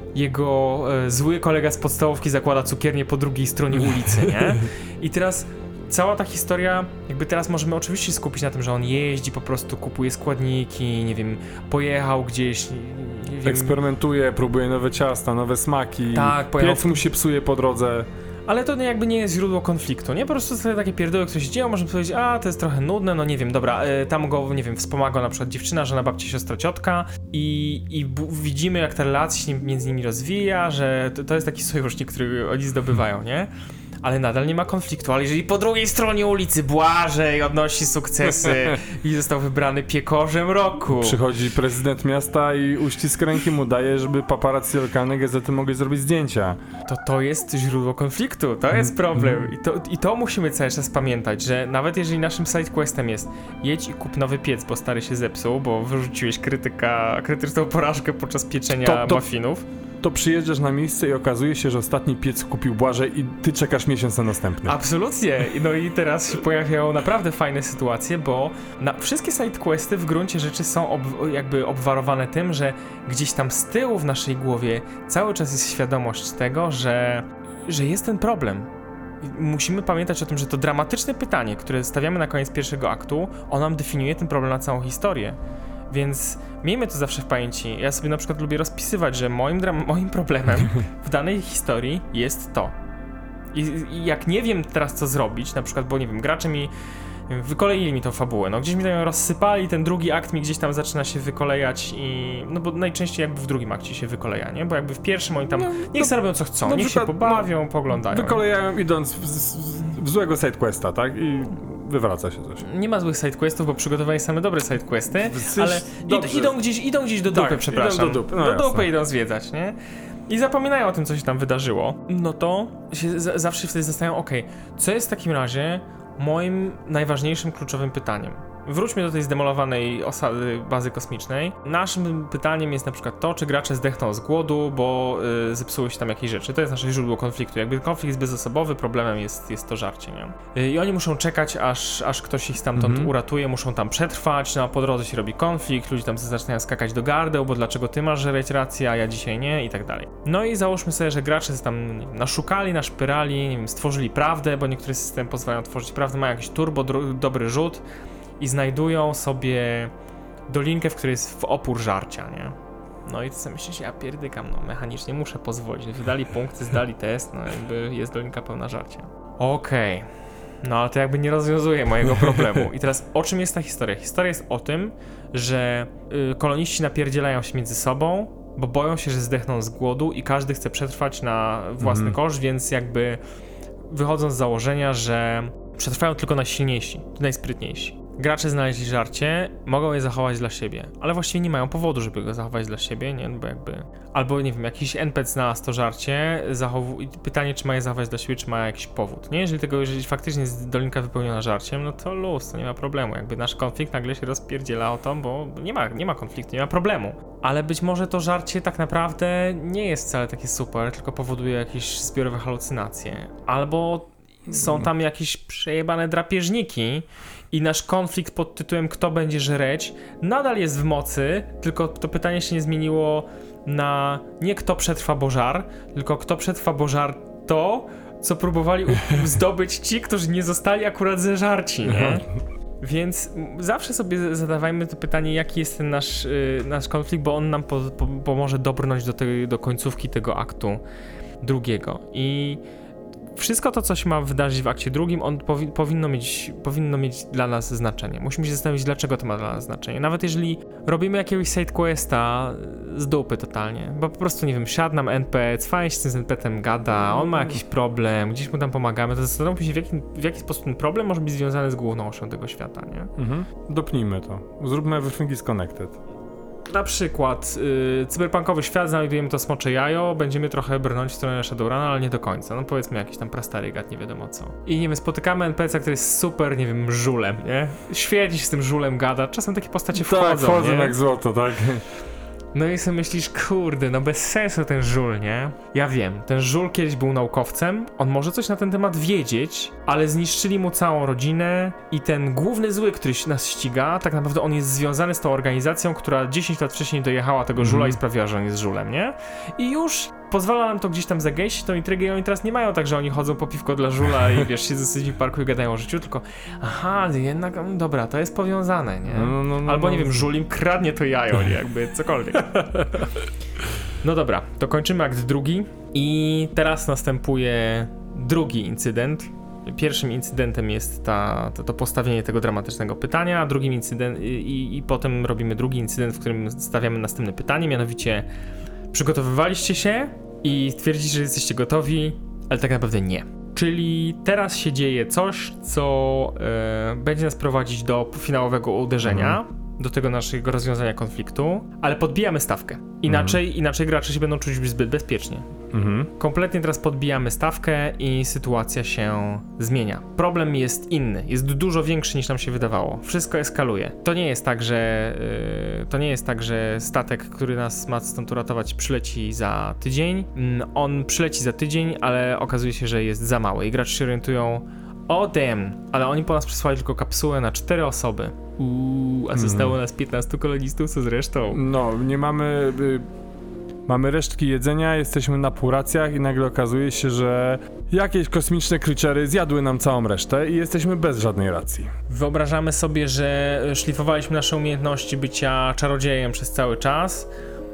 Speaker 1: jego e, zły kolega z podstawówki zakłada cukiernię po drugiej stronie ulicy, nie? I teraz cała ta historia, jakby teraz możemy oczywiście skupić na tym, że on jeździ, po prostu kupuje składniki, nie wiem, pojechał gdzieś, nie wiem,
Speaker 2: Eksperymentuje, próbuje nowe ciasta, nowe smaki,
Speaker 1: Tak, pojechał
Speaker 2: piec mu się psuje po drodze.
Speaker 1: ale to nie, jakby nie jest źródło konfliktu, nie? Po prostu sobie takie pierdoły, które się dzieją, można powiedzieć, a to jest trochę nudne, no nie wiem, dobra, y, tam go, nie wiem, wspomaga na przykład dziewczyna, żona, babcia, siostra, ciotka i, i bu- widzimy, jak ta relacja się między nimi rozwija, że to, to jest taki sojusznik, który oni zdobywają, nie? Ale nadal nie ma konfliktu, ale jeżeli po drugiej stronie ulicy Błażej odnosi sukcesy i został wybrany piekorzem roku.
Speaker 2: Przychodzi prezydent miasta i uścisk ręki mu daje, żeby paparazzi lokalne gazety mogli zrobić zdjęcia.
Speaker 1: To to jest źródło konfliktu, to jest problem. I to, I to musimy cały czas pamiętać, że nawet jeżeli naszym sidequestem jest jedź i kup nowy piec, bo stary się zepsuł, bo wyrzuciłeś krytyka, krytyczną porażkę podczas pieczenia
Speaker 2: To- to-
Speaker 1: muffinów.
Speaker 2: To przyjeżdżasz na miejsce i okazuje się, że ostatni piec kupił Błażej i ty czekasz miesiąc na następny.
Speaker 1: Absolutnie. No i teraz się pojawiają naprawdę fajne sytuacje, bo na, wszystkie sidequesty w gruncie rzeczy są ob, jakby obwarowane tym, że gdzieś tam z tyłu w naszej głowie cały czas jest świadomość tego, że, że jest ten problem. I musimy pamiętać o tym, że to dramatyczne pytanie, które stawiamy na koniec pierwszego aktu, on nam definiuje ten problem na całą historię. Więc miejmy to zawsze w pamięci. Ja sobie na przykład lubię rozpisywać, że moim, dra- moim problemem w danej historii jest to. I, I jak nie wiem teraz co zrobić, na przykład, bo nie wiem, gracze mi nie wiem, wykoleili mi tą fabułę, no gdzieś mi tam ją rozsypali, ten drugi akt mi gdzieś tam zaczyna się wykolejać i... no bo najczęściej jakby w drugim akcie się wykoleja, nie? Bo jakby w pierwszym oni tam
Speaker 2: No,
Speaker 1: niech
Speaker 2: no,
Speaker 1: sobie robią co chcą,
Speaker 2: na
Speaker 1: niech
Speaker 2: przykład,
Speaker 1: się pobawią, poglądają.
Speaker 2: Wykolejają idąc w, w, w złego sidequesta, tak? I wywraca się coś.
Speaker 1: Nie ma złych sidequestów, bo przygotowali same dobre sidequesty,
Speaker 2: Jesteś
Speaker 1: ale
Speaker 2: dobrze.
Speaker 1: id- idą, gdzieś, idą gdzieś do dupy,
Speaker 2: Tak,
Speaker 1: przepraszam.
Speaker 2: idą do dupy, no
Speaker 1: do
Speaker 2: jasne.
Speaker 1: dupy idą zwiedzać, nie? I zapominają o tym, co się tam wydarzyło. No to się z- zawsze wtedy zastanawiam, okej, co jest w takim razie moim najważniejszym, kluczowym pytaniem? Wróćmy do tej zdemolowanej osady bazy kosmicznej. Naszym pytaniem jest na przykład to, czy gracze zdechną z głodu, bo y, zepsuły się tam jakieś rzeczy. To jest nasze źródło konfliktu. Jakby konflikt jest bezosobowy, problemem jest, jest to żarcie, nie? Y, I oni muszą czekać, aż, aż ktoś ich stamtąd
Speaker 2: Mhm.
Speaker 1: uratuje, muszą tam przetrwać, no a po drodze się robi konflikt, ludzie tam zaczynają skakać do gardeł, bo dlaczego ty masz żreć rację, a ja dzisiaj nie, i tak dalej. No i załóżmy sobie, że gracze tam nie wiem, naszukali, naszpyrali, nie wiem, stworzyli prawdę, bo niektóre systemy pozwalają tworzyć prawdę, mają jakiś turbo, dro- dobry rzut, i znajdują sobie dolinkę, w której jest w opór żarcia, nie? No i ty sobie myślisz, ja pierdykam, no mechanicznie muszę pozwolić. Wydali punkty, zdali test, no jakby jest dolinka pełna żarcia. Okej, okay. No ale to jakby nie rozwiązuje mojego problemu. I teraz o czym jest ta historia? Historia jest o tym, że y, koloniści napierdzielają się między sobą, bo boją się, że zdechną z głodu i każdy chce przetrwać na własny
Speaker 2: Mhm.
Speaker 1: koszt, więc jakby wychodzą z założenia, że przetrwają tylko najsilniejsi, najsprytniejsi. Gracze znaleźli żarcie, mogą je zachować dla siebie, ale właściwie nie mają powodu, żeby go zachować dla siebie, nie? Bo jakby... Albo, nie wiem, jakiś N P C znalazł to żarcie, zachowu... i pytanie, czy ma je zachować dla siebie, czy ma jakiś powód, nie? Jeżeli tego, jeżeli faktycznie jest dolinka wypełniona żarciem, no to luz, to nie ma problemu, jakby nasz konflikt nagle się rozpierdziela o to, bo nie ma, nie ma konfliktu, nie ma problemu. Ale być może to żarcie tak naprawdę nie jest wcale takie super, tylko powoduje jakieś zbiorowe halucynacje. Albo są tam jakieś przejebane drapieżniki i nasz konflikt pod tytułem kto będzie żreć nadal jest w mocy, tylko to pytanie się nie zmieniło na nie kto przetrwa bo żar, tylko kto przetrwa bo żar to, co próbowali u- zdobyć ci, którzy nie zostali akurat zeżarci, nie? Więc zawsze sobie zadawajmy to pytanie, jaki jest ten nasz, yy, nasz konflikt, bo on nam po, po, pomoże dobrnąć do, tej, do końcówki tego aktu drugiego. I wszystko to, co się ma wydarzyć w akcie drugim, on powi- powinno, mieć, powinno mieć dla nas znaczenie. Musimy się zastanowić, dlaczego to ma dla nas znaczenie. Nawet jeżeli robimy jakiegoś sidequesta z dupy totalnie, bo po prostu, nie wiem, siadł nam N P C, fajnie się z tym N P C-em gada, on ma jakiś problem, gdzieś mu tam pomagamy, to zastanówmy się, w jaki, w jaki sposób ten problem może być związany z główną osią tego świata, nie?
Speaker 2: Mhm. Dopnijmy to. Zróbmy Everything is Connected.
Speaker 1: Na przykład yy, cyberpunkowy świat, znajdujemy to smocze jajo, będziemy trochę brnąć w stronę Shadowruna, ale nie do końca. No powiedzmy jakiś tam prastary gad, nie wiadomo co. I nie wiem, spotykamy N P C, który jest super, nie wiem, żulem, nie? Świetnie się z tym żulem gada, czasem takie postacie wchodzą,
Speaker 2: Tak, wchodzą
Speaker 1: nie?
Speaker 2: jak złoto, tak?
Speaker 1: No i sobie myślisz, kurde, no bez sensu ten żul, nie? Ja wiem, ten żul kiedyś był naukowcem, on może coś na ten temat wiedzieć, ale zniszczyli mu całą rodzinę i ten główny zły, który nas ściga, tak naprawdę on jest związany z tą organizacją, która dziesięć lat wcześniej dojechała tego żula
Speaker 2: Mhm.
Speaker 1: i sprawiła, że on jest żulem, nie? I już pozwala nam to gdzieś tam zagęścić tą intrygę i oni teraz nie mają tak, że oni chodzą po piwko dla żula i wiesz, siedzą sobie w parku i gadają o życiu, tylko aha, jednak, mm, dobra, to jest powiązane, nie?
Speaker 2: No, no, no,
Speaker 1: Albo nie
Speaker 2: no.
Speaker 1: wiem, żul im kradnie to jajo, nie? Jakby cokolwiek. No dobra, to kończymy akt drugi i teraz następuje drugi incydent. Pierwszym incydentem jest ta, to, to postawienie tego dramatycznego pytania, a drugim incydent i, i potem robimy drugi incydent, w którym stawiamy następne pytanie, mianowicie przygotowywaliście się i twierdzicie, że jesteście gotowi, ale tak naprawdę nie. Czyli teraz się dzieje coś, co e, będzie nas prowadzić do finałowego uderzenia, mhm. do tego naszego rozwiązania konfliktu, ale podbijamy stawkę. Inaczej, mhm. inaczej gracze się będą czuć zbyt bezpiecznie. Mhm. Kompletnie teraz podbijamy stawkę i sytuacja się zmienia. Problem jest inny, jest dużo większy niż nam się wydawało. Wszystko eskaluje. To nie jest tak, że yy, to nie jest tak, że statek, który nas ma stąd uratować, przyleci za tydzień. Yy, on przyleci za tydzień, ale okazuje się, że jest za mały i gracze się orientują: o damn, ale oni po nas przysłali tylko kapsułę na cztery osoby. Uuu, a zostało mm. nas piętnastu kolonistów, co z resztą?
Speaker 2: No, nie mamy... Y- mamy resztki jedzenia, jesteśmy na półracjach i nagle okazuje się, że jakieś kosmiczne creature'y zjadły nam całą resztę i jesteśmy bez żadnej racji.
Speaker 1: Wyobrażamy sobie, że szlifowaliśmy nasze umiejętności bycia czarodziejem przez cały czas,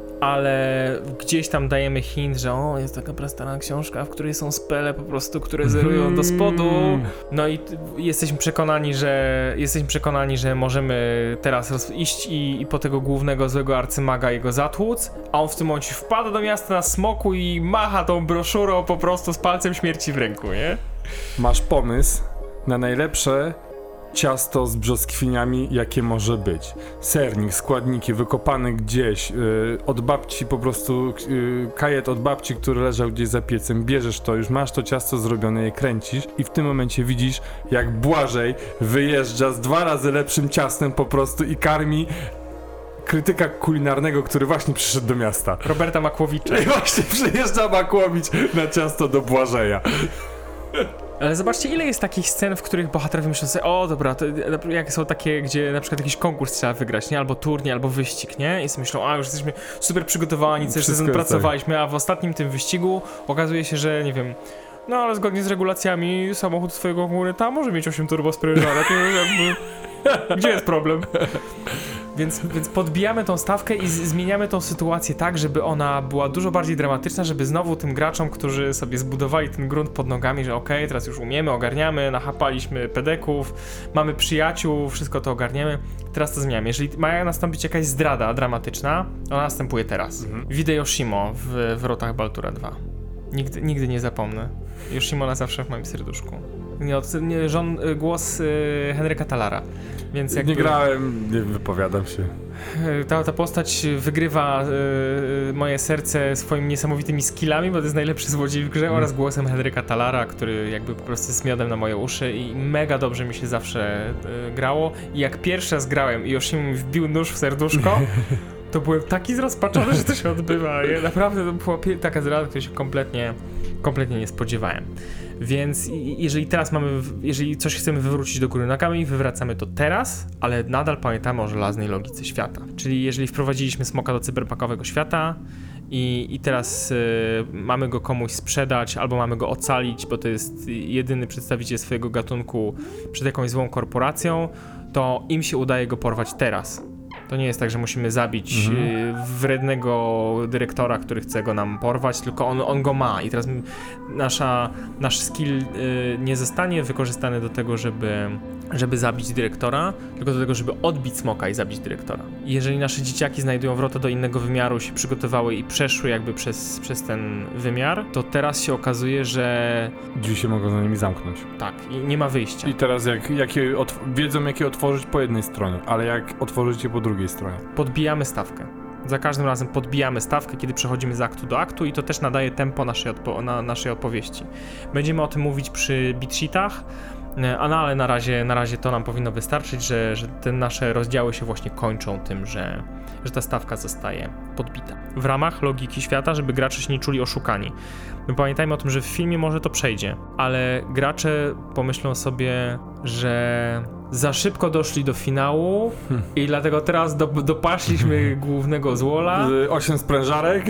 Speaker 1: ale gdzieś tam dajemy hint, że o, jest taka prastara książka, w której są spele po prostu, które zerują do spodu. No i t- jesteśmy przekonani, że jesteśmy przekonani, że możemy teraz roz- iść i, i po tego głównego złego arcymaga jego zatłuc, a on w tym momencie wpada do miasta na smoku i macha tą broszurą po prostu z palcem śmierci w ręku, nie?
Speaker 2: Masz pomysł na najlepsze ciasto z brzoskwiniami, jakie może być. Sernik, składniki wykopane gdzieś, yy, od babci po prostu, yy, kajet od babci, który leżał gdzieś za piecem, bierzesz to, już masz to ciasto zrobione, je kręcisz i w tym momencie widzisz, jak Błażej wyjeżdża z dwa razy lepszym ciastem po prostu i karmi krytyka kulinarnego, który właśnie przyszedł do miasta.
Speaker 1: Roberta Makłowicza.
Speaker 2: I właśnie przyjeżdża Makłowicz na ciasto do Błażeja.
Speaker 1: Ale zobaczcie, ile jest takich scen, w których bohaterowie myślą sobie: o dobra, to jak są takie, gdzie na przykład jakiś konkurs trzeba wygrać, nie? Albo turniej, albo wyścig, nie? I sobie myślą: a już jesteśmy super przygotowani, coś sezon pracowaliśmy, tak. A w ostatnim tym wyścigu okazuje się, że nie wiem, no ale zgodnie z regulacjami samochód twojego konkurenta może mieć osiem turbosprężarek, gdzie jest problem? Więc, więc podbijamy tą stawkę i z- zmieniamy tą sytuację tak, żeby ona była dużo bardziej dramatyczna, żeby znowu tym graczom, którzy sobie zbudowali ten grunt pod nogami, że okej, okay, teraz już umiemy, ogarniamy, nachapaliśmy pedeków, mamy przyjaciół, wszystko to ogarniemy, teraz to zmieniamy. Jeżeli ma nastąpić jakaś zdrada dramatyczna, ona następuje teraz. Mhm. Widzę Yoshimo w Wrotach Baltura dwa. Nigdy, nigdy nie zapomnę. Yoshimo na zawsze w moim serduszku. Nie, nie, żon, głos y, Henryka Talara. Więc jakby,
Speaker 2: nie grałem, nie wypowiadam się.
Speaker 1: Ta, ta postać wygrywa y, moje serce swoimi niesamowitymi skillami, bo to jest najlepszy złodziej w grze, mm. oraz głosem Henryka Talara, który jakby po prostu jest miodem na moje uszy i mega dobrze mi się zawsze y, grało. I jak pierwszy raz grałem i Yoshimo mi wbił nóż w serduszko, to byłem taki zrozpaczony, że to się odbywa. Ja, naprawdę to była taka zdrada, której się kompletnie, kompletnie nie spodziewałem. Więc jeżeli teraz mamy, jeżeli coś chcemy wywrócić do góry nogami, wywracamy to teraz, ale nadal pamiętamy o żelaznej logice świata. Czyli jeżeli wprowadziliśmy smoka do cyberpunkowego świata i, i teraz y, mamy go komuś sprzedać, albo mamy go ocalić, bo to jest jedyny przedstawiciel swojego gatunku przed jakąś złą korporacją, to im się udaje go porwać teraz. To nie jest tak, że musimy zabić mhm. y, wrednego dyrektora, który chce go nam porwać, tylko on, on go ma i teraz nasza, nasz skill y, nie zostanie wykorzystany do tego, żeby, żeby zabić dyrektora, tylko do tego, żeby odbić smoka i zabić dyrektora. I jeżeli nasze dzieciaki znajdują wrotę do innego wymiaru, się przygotowały i przeszły jakby przez, przez ten wymiar, to teraz się okazuje, że...
Speaker 2: Drzwi się mogą za nimi zamknąć.
Speaker 1: Tak, i nie ma wyjścia.
Speaker 2: I teraz jak, jak je otw- wiedzą, jak je otworzyć po jednej stronie, ale jak otworzyć je po drugiej stronie.
Speaker 1: Podbijamy stawkę. Za każdym razem podbijamy stawkę, kiedy przechodzimy z aktu do aktu i to też nadaje tempo naszej, odpo- na, naszej opowieści. Będziemy o tym mówić przy beat sheetach, a no, ale na razie, na razie to nam powinno wystarczyć, że, że te nasze rozdziały się właśnie kończą tym, że, że ta stawka zostaje podbita. W ramach logiki świata, żeby gracze się nie czuli oszukani. My pamiętajmy o tym, że w filmie może to przejdzie, ale gracze pomyślą sobie, że za szybko doszli do finału hmm. i dlatego teraz do, dopaśliśmy głównego złola.
Speaker 2: Z osiem sprężarek.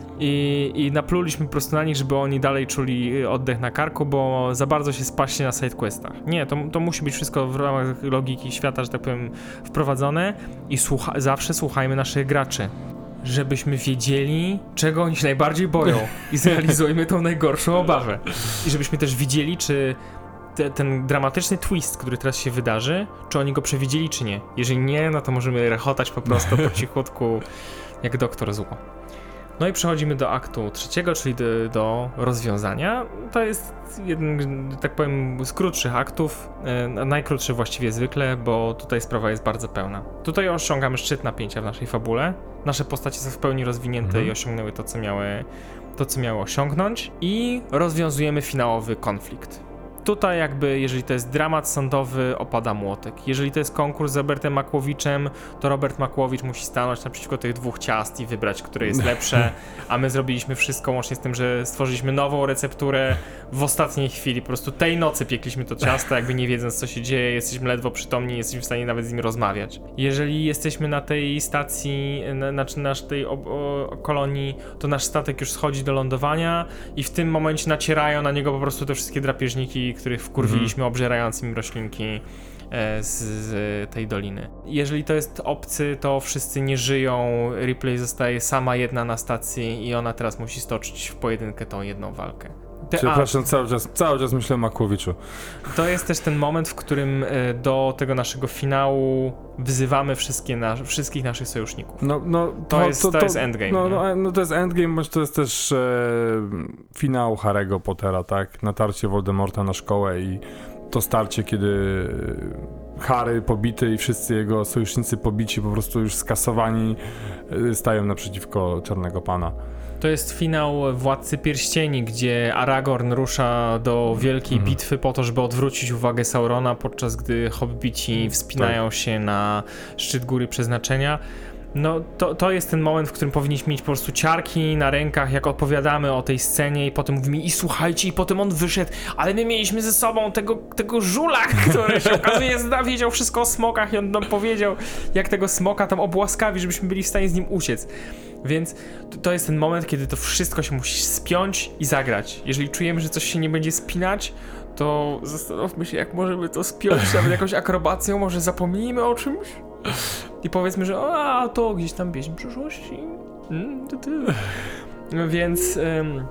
Speaker 1: I, I napluliśmy po prostu na nich, żeby oni dalej czuli oddech na karku, bo za bardzo się spaście na sidequestach. Nie, to, to musi być wszystko w ramach logiki świata, że tak powiem, wprowadzone i słucha- zawsze słuchajmy naszych graczy, żebyśmy wiedzieli, czego oni się najbardziej boją i zrealizujmy tą najgorszą obawę. I żebyśmy też widzieli, czy te, ten dramatyczny twist, który teraz się wydarzy, czy oni go przewidzieli, czy nie. Jeżeli nie, no to możemy rechotać po prostu po cichutku jak doktor zło. No i przechodzimy do aktu trzeciego, czyli do, do rozwiązania. To jest jeden, tak powiem, z krótszych aktów, e, najkrótszy właściwie zwykle, bo tutaj sprawa jest bardzo pełna. Tutaj osiągamy szczyt napięcia w naszej fabule. Nasze postacie są w pełni rozwinięte mhm. i osiągnęły to, co miały, to, co miały osiągnąć. I rozwiązujemy finałowy konflikt. Tutaj jakby, jeżeli to jest dramat sądowy, opada młotek. Jeżeli to jest konkurs z Robertem Makłowiczem, to Robert Makłowicz musi stanąć naprzeciwko tych dwóch ciast i wybrać, które jest lepsze, a my zrobiliśmy wszystko, łącznie z tym, że stworzyliśmy nową recepturę w ostatniej chwili. Po prostu tej nocy piekliśmy to ciasto, jakby nie wiedząc, co się dzieje, jesteśmy ledwo przytomni, jesteśmy w stanie nawet z nim rozmawiać. Jeżeli jesteśmy na tej stacji, na, na, na tej o, o, kolonii, to nasz statek już schodzi do lądowania i w tym momencie nacierają na niego po prostu te wszystkie drapieżniki, których wkurwiliśmy mm. obżerającymi roślinki e, z, z tej doliny. Jeżeli to jest obcy, to wszyscy nie żyją, Ripley zostaje sama jedna na stacji i ona teraz musi stoczyć w pojedynkę tą jedną walkę. Te,
Speaker 2: Przepraszam, a, cały czas, cały czas myślę o Makłowiczu.
Speaker 1: To jest też ten moment, w którym e, do tego naszego finału wzywamy wszystkie na, wszystkich naszych sojuszników.
Speaker 2: No, no,
Speaker 1: to,
Speaker 2: to,
Speaker 1: jest,
Speaker 2: to,
Speaker 1: to
Speaker 2: to
Speaker 1: jest endgame.
Speaker 2: No, no, no to jest endgame, bądź to jest też e, finał Harry'ego Pottera, tak? Natarcie Voldemorta na szkołę i to starcie, kiedy Harry pobity i wszyscy jego sojusznicy pobici, po prostu już skasowani, e, stają naprzeciwko Czarnego Pana.
Speaker 1: To jest finał Władcy Pierścieni, gdzie Aragorn rusza do wielkiej mm. bitwy po to, żeby odwrócić uwagę Saurona, podczas gdy hobbici wspinają tak. się na szczyt Góry Przeznaczenia. No to, to jest ten moment, w którym powinniśmy mieć po prostu ciarki na rękach, jak opowiadamy o tej scenie i potem mówimy i słuchajcie, i potem on wyszedł, ale my mieliśmy ze sobą tego, tego żula, który się okazuje zna, wiedział wszystko o smokach i on nam powiedział, jak tego smoka tam obłaskawi, żebyśmy byli w stanie z nim uciec. Więc to jest ten moment, kiedy to wszystko się musi spiąć i zagrać. Jeżeli czujemy, że coś się nie będzie spinać, to zastanówmy się, jak możemy to spiąć, nawet jakąś akrobacją, może zapomnijmy o czymś i powiedzmy, że a to gdzieś tam pieśń przyszłości. Mm, ty, ty. Więc ym,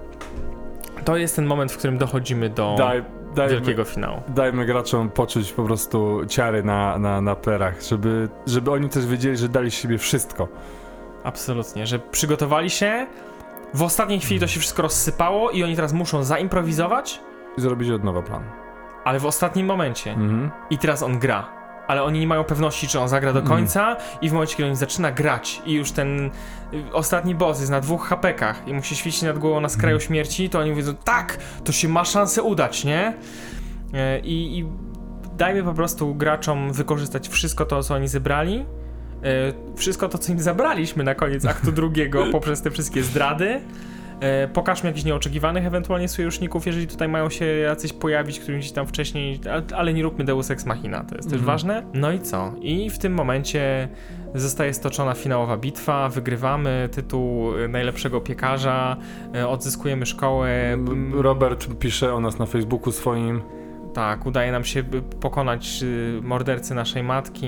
Speaker 1: to jest ten moment, w którym dochodzimy do Daj, dajmy, wielkiego finału.
Speaker 2: Dajmy graczom poczuć po prostu ciary na, na, na plerach, żeby, żeby oni też wiedzieli, że dali z siebie wszystko.
Speaker 1: Absolutnie, że przygotowali się, w ostatniej chwili to się wszystko rozsypało i oni teraz muszą zaimprowizować
Speaker 2: i zrobić od nowa plan. Ale
Speaker 1: w ostatnim momencie.
Speaker 2: Mhm.
Speaker 1: I teraz on gra. Ale oni nie mają pewności, czy on zagra do końca mm. i w momencie, kiedy on zaczyna grać i już ten y, ostatni boss jest na dwóch hapekach i mu się świeci nad głową na skraju mm. śmierci, to oni mówią, tak, to się ma szansę udać, nie? Y, I dajmy po prostu graczom wykorzystać wszystko to, co oni zebrali, y, wszystko to, co im zabraliśmy na koniec aktu drugiego poprzez te wszystkie zdrady, E, pokażmy jakichś nieoczekiwanych ewentualnie sojuszników, jeżeli tutaj mają się jacyś pojawić, którzy gdzieś tam wcześniej, ale, ale nie róbmy Deus Ex Machina, to jest
Speaker 2: Mhm.
Speaker 1: też ważne. No i co? I w tym momencie zostaje stoczona finałowa bitwa, wygrywamy tytuł najlepszego piekarza, e, odzyskujemy szkołę.
Speaker 2: Robert pisze o nas na Facebooku swoim.
Speaker 1: Tak, udaje nam się pokonać y, mordercy naszej matki.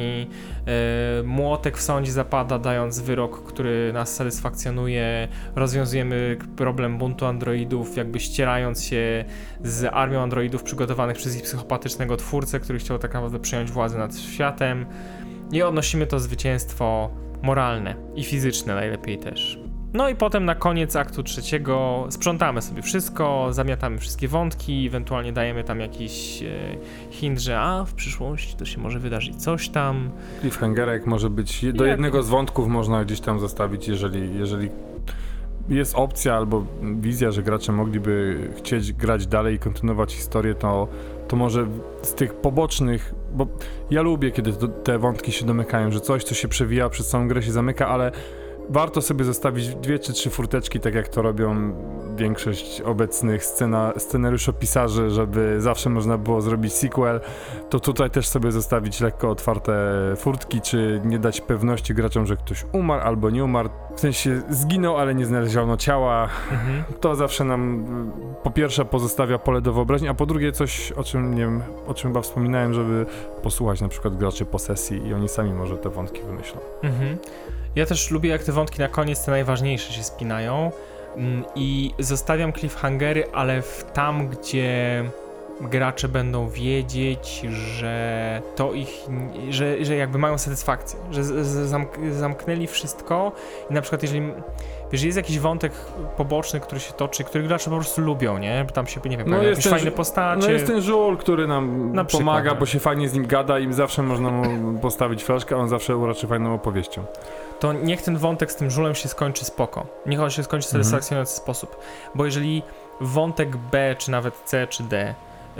Speaker 1: Y, młotek w sądzie zapada, dając wyrok, który nas satysfakcjonuje. Rozwiązujemy problem buntu androidów, jakby ścierając się z armią androidów przygotowanych przez ich psychopatycznego twórcę, który chciał tak naprawdę przejąć władzę nad światem. I odnosimy to zwycięstwo moralne i fizyczne najlepiej też. No i potem na koniec aktu trzeciego sprzątamy sobie wszystko, zamiatamy wszystkie wątki, ewentualnie dajemy tam jakiś e, hint, że a w przyszłości to się może wydarzyć coś tam.
Speaker 2: Cliffhangerek może być, do
Speaker 1: Jak?
Speaker 2: jednego z wątków można gdzieś tam zostawić, jeżeli, jeżeli jest opcja albo wizja, że gracze mogliby chcieć grać dalej i kontynuować historię, to, to może z tych pobocznych, bo ja lubię, kiedy to, te wątki się domykają, że coś, co się przewija przez całą grę się zamyka, ale warto sobie zostawić dwie czy trzy furteczki, tak jak to robią większość obecnych scena, scenariuszopisarzy, żeby zawsze można było zrobić sequel, to tutaj też sobie zostawić lekko otwarte furtki, czy nie dać pewności graczom, że ktoś umarł albo nie umarł, w sensie zginął, ale nie znaleziono ciała.
Speaker 1: Mhm.
Speaker 2: To zawsze nam po pierwsze pozostawia pole do wyobraźni, a po drugie coś, o czym nie wiem, o czym chyba wspominałem, żeby posłuchać na przykład graczy po sesji i oni sami może te wątki wymyślą.
Speaker 1: Mhm. Ja też lubię, jak te wątki na koniec, te najważniejsze się spinają mm, i zostawiam cliffhangery, ale w tam, gdzie gracze będą wiedzieć, że to ich, że, że jakby mają satysfakcję, że z, z, zamk- zamknęli wszystko i na przykład jeżeli, wiesz, jest jakiś wątek poboczny, który się toczy, który gracze po prostu lubią, nie? Tam się, nie wiem,
Speaker 2: No
Speaker 1: no
Speaker 2: jest
Speaker 1: jakieś
Speaker 2: ten,
Speaker 1: fajne postacie.
Speaker 2: No jest ten żul, który nam
Speaker 1: Na przykład,
Speaker 2: pomaga,
Speaker 1: tak.
Speaker 2: bo się fajnie z nim gada i zawsze można mu postawić flaszkę, a on zawsze uraczy fajną opowieścią.
Speaker 1: To niech ten wątek z tym żulem się skończy spoko. Niech on się skończy w
Speaker 2: Mhm.
Speaker 1: satysfakcjonujący sposób. Bo jeżeli wątek B, czy nawet C, czy D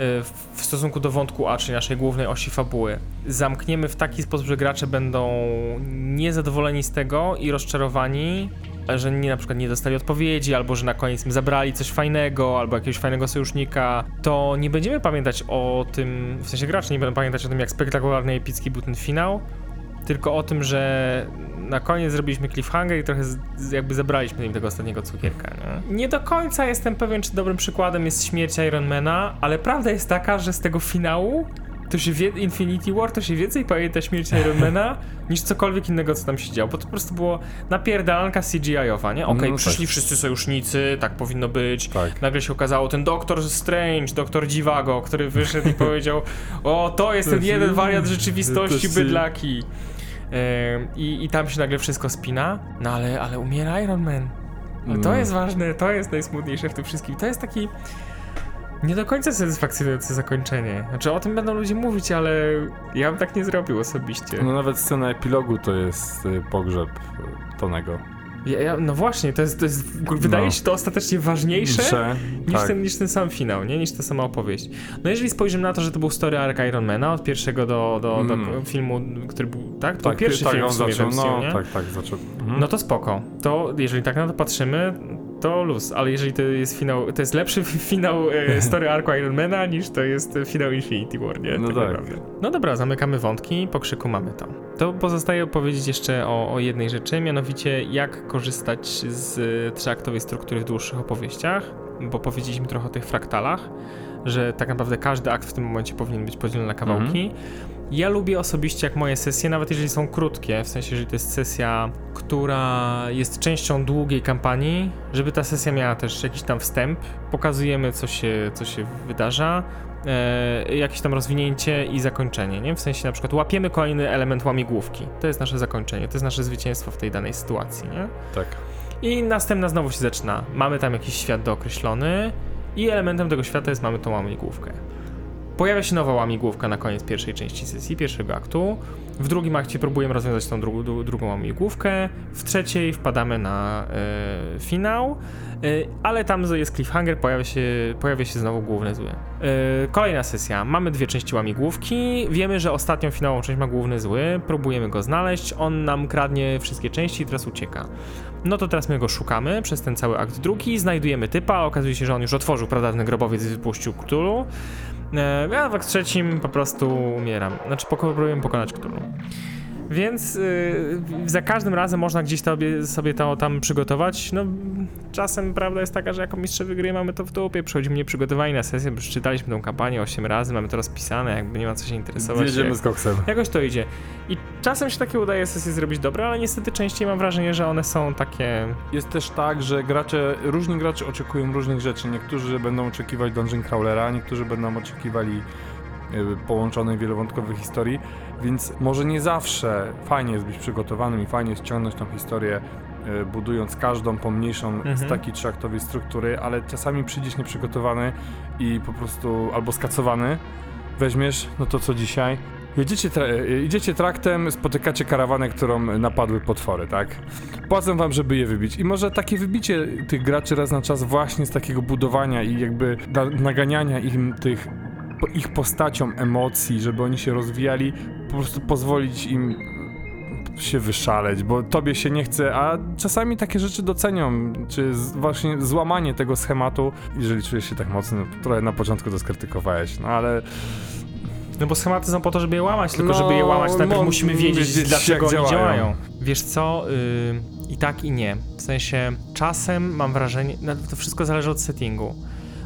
Speaker 1: w stosunku do wątku A, czyli naszej głównej osi fabuły, zamkniemy w taki sposób, że gracze będą niezadowoleni z tego i rozczarowani, że nie, na przykład nie dostali odpowiedzi, albo że na koniec im zabrali coś fajnego, albo jakiegoś fajnego sojusznika, to nie będziemy pamiętać o tym, w sensie gracze nie będą pamiętać o tym, jak spektakularny i epicki był ten finał, tylko o tym, że na koniec zrobiliśmy cliffhanger i trochę z, z, jakby zabraliśmy im tego ostatniego cukierka, nie? Nie do końca jestem pewien, czy dobrym przykładem jest śmierć Ironmana, ale prawda jest taka, że z tego finału to się wie, Infinity War, to się więcej pamięta śmierć Ironmana niż cokolwiek innego, co tam się działo, bo to po prostu było napierdalanka C G I-owa, nie? Okej, okay,
Speaker 2: No
Speaker 1: przyszli
Speaker 2: tak.
Speaker 1: wszyscy sojusznicy, tak powinno być.
Speaker 2: Tak.
Speaker 1: Nagle się okazało, ten doktor Strange, doktor Dziwago, który wyszedł i powiedział: o, to jest ten jeden wariant rzeczywistości, bydlaki. I, I tam się nagle wszystko spina, no ale, ale umiera Iron Man. No to
Speaker 2: No.
Speaker 1: jest ważne, to jest najsmutniejsze w tym wszystkim. To jest taki nie do końca satysfakcjonujące zakończenie. Znaczy o tym będą ludzie mówić, ale ja bym tak nie zrobił osobiście.
Speaker 2: No nawet scena epilogu to jest y, pogrzeb y, Tonego.
Speaker 1: Ja, ja, no właśnie, to jest, to jest wydaje
Speaker 2: No.
Speaker 1: się to ostatecznie ważniejsze
Speaker 2: Że,
Speaker 1: niż,
Speaker 2: tak.
Speaker 1: ten, niż ten sam finał, nie? Niż ta sama opowieść. No jeżeli spojrzymy na to, że to był story arc Ironmana od pierwszego do, do, do
Speaker 2: Mm.
Speaker 1: filmu, który był, tak? To
Speaker 2: Tak,
Speaker 1: był pierwszy
Speaker 2: tak,
Speaker 1: film
Speaker 2: on
Speaker 1: w sumie
Speaker 2: zaczął,
Speaker 1: w M C U,
Speaker 2: no
Speaker 1: nie?
Speaker 2: tak, tak, zaczął. Mhm.
Speaker 1: No to spoko. To jeżeli tak na to patrzymy, to luz, ale jeżeli to jest finał, to jest lepszy finał e, story arcu Ironmana niż to jest finał Infinity War, nie?
Speaker 2: No tak.
Speaker 1: naprawdę. No dobra, zamykamy wątki, po krzyku mamy to. To pozostaje opowiedzieć jeszcze o, o jednej rzeczy, mianowicie jak korzystać z trzyaktowej struktury w dłuższych opowieściach, bo powiedzieliśmy trochę o tych fraktalach, że tak naprawdę każdy akt w tym momencie powinien być podzielony na kawałki. Ja lubię osobiście, jak moje sesje, nawet jeżeli są krótkie, w sensie, jeżeli to jest sesja, która jest częścią długiej kampanii, żeby ta sesja miała też jakiś tam wstęp, pokazujemy, co się, co się wydarza, e, jakieś tam rozwinięcie i zakończenie, nie? W sensie na przykład łapiemy kolejny element łamigłówki, to jest nasze zakończenie, to jest nasze zwycięstwo w tej danej sytuacji, nie?
Speaker 2: Tak.
Speaker 1: I następna znowu się zaczyna, mamy tam jakiś świat dookreślony i elementem tego świata jest, mamy tą łamigłówkę. Pojawia się nowa łamigłówka na koniec pierwszej części sesji, pierwszego aktu. W drugim akcie próbujemy rozwiązać tą dru- dru- drugą łamigłówkę. W trzeciej wpadamy na e, finał, e, ale tam jest cliffhanger, pojawia się, pojawia się znowu główny zły. E, kolejna sesja. Mamy dwie części łamigłówki. Wiemy, że ostatnią finałową część ma główny zły. Próbujemy go znaleźć. On nam kradnie wszystkie części i teraz ucieka. No to teraz my go szukamy przez ten cały akt drugi. Znajdujemy typa. Okazuje się, że on już otworzył pradawny grobowiec i wypuścił Cthulhu. Ja w akcie trzecim po prostu umieram. Znaczy próbujemy pokonać Cthulhu. Więc yy, za każdym razem można gdzieś sobie, sobie to tam przygotować. No czasem prawda jest taka, że jako mistrzowie gry mamy to w dupie. Przychodzimy nieprzygotowani na sesję, bo przeczytaliśmy tą kampanię osiem razy, mamy to rozpisane, jakby nie ma co się interesować.
Speaker 2: Jedziemy
Speaker 1: jak,
Speaker 2: z koksem.
Speaker 1: Jakoś to idzie. I czasem się takie udaje sesje zrobić dobre, ale niestety częściej mam wrażenie, że one są takie...
Speaker 2: Jest też tak, że gracze, różni gracze oczekują różnych rzeczy. Niektórzy będą oczekiwać Dungeon Crawlera, niektórzy będą oczekiwali połączonej wielowątkowej historii, więc może nie zawsze fajnie jest być przygotowanym i fajnie jest ciągnąć tą historię, budując każdą pomniejszą
Speaker 1: mhm.
Speaker 2: z takiej trzyaktowej struktury, ale czasami przyjdziesz nieprzygotowany i po prostu albo skacowany, weźmiesz, no to co dzisiaj? Jedziecie, tra- idziecie traktem, spotykacie karawanę, którą napadły potwory, tak? Płacę wam, żeby je wybić. I może takie wybicie tych graczy raz na czas właśnie z takiego budowania i jakby na- naganiania im tych ich postaciom emocji, żeby oni się rozwijali, po prostu pozwolić im się wyszaleć, bo tobie się nie chce, a czasami takie rzeczy docenią, czy z, właśnie złamanie tego schematu, jeżeli czujesz się tak mocno, trochę na początku to skrytykowałeś, no ale...
Speaker 1: No bo schematy są po to, żeby je łamać, tylko
Speaker 2: no,
Speaker 1: żeby je łamać, najpierw
Speaker 2: no,
Speaker 1: musimy wiedzieć,
Speaker 2: wiedzieć
Speaker 1: dlaczego oni
Speaker 2: działają.
Speaker 1: działają. Wiesz co, yy, i tak i nie. W sensie czasem mam wrażenie, no, to wszystko zależy od settingu,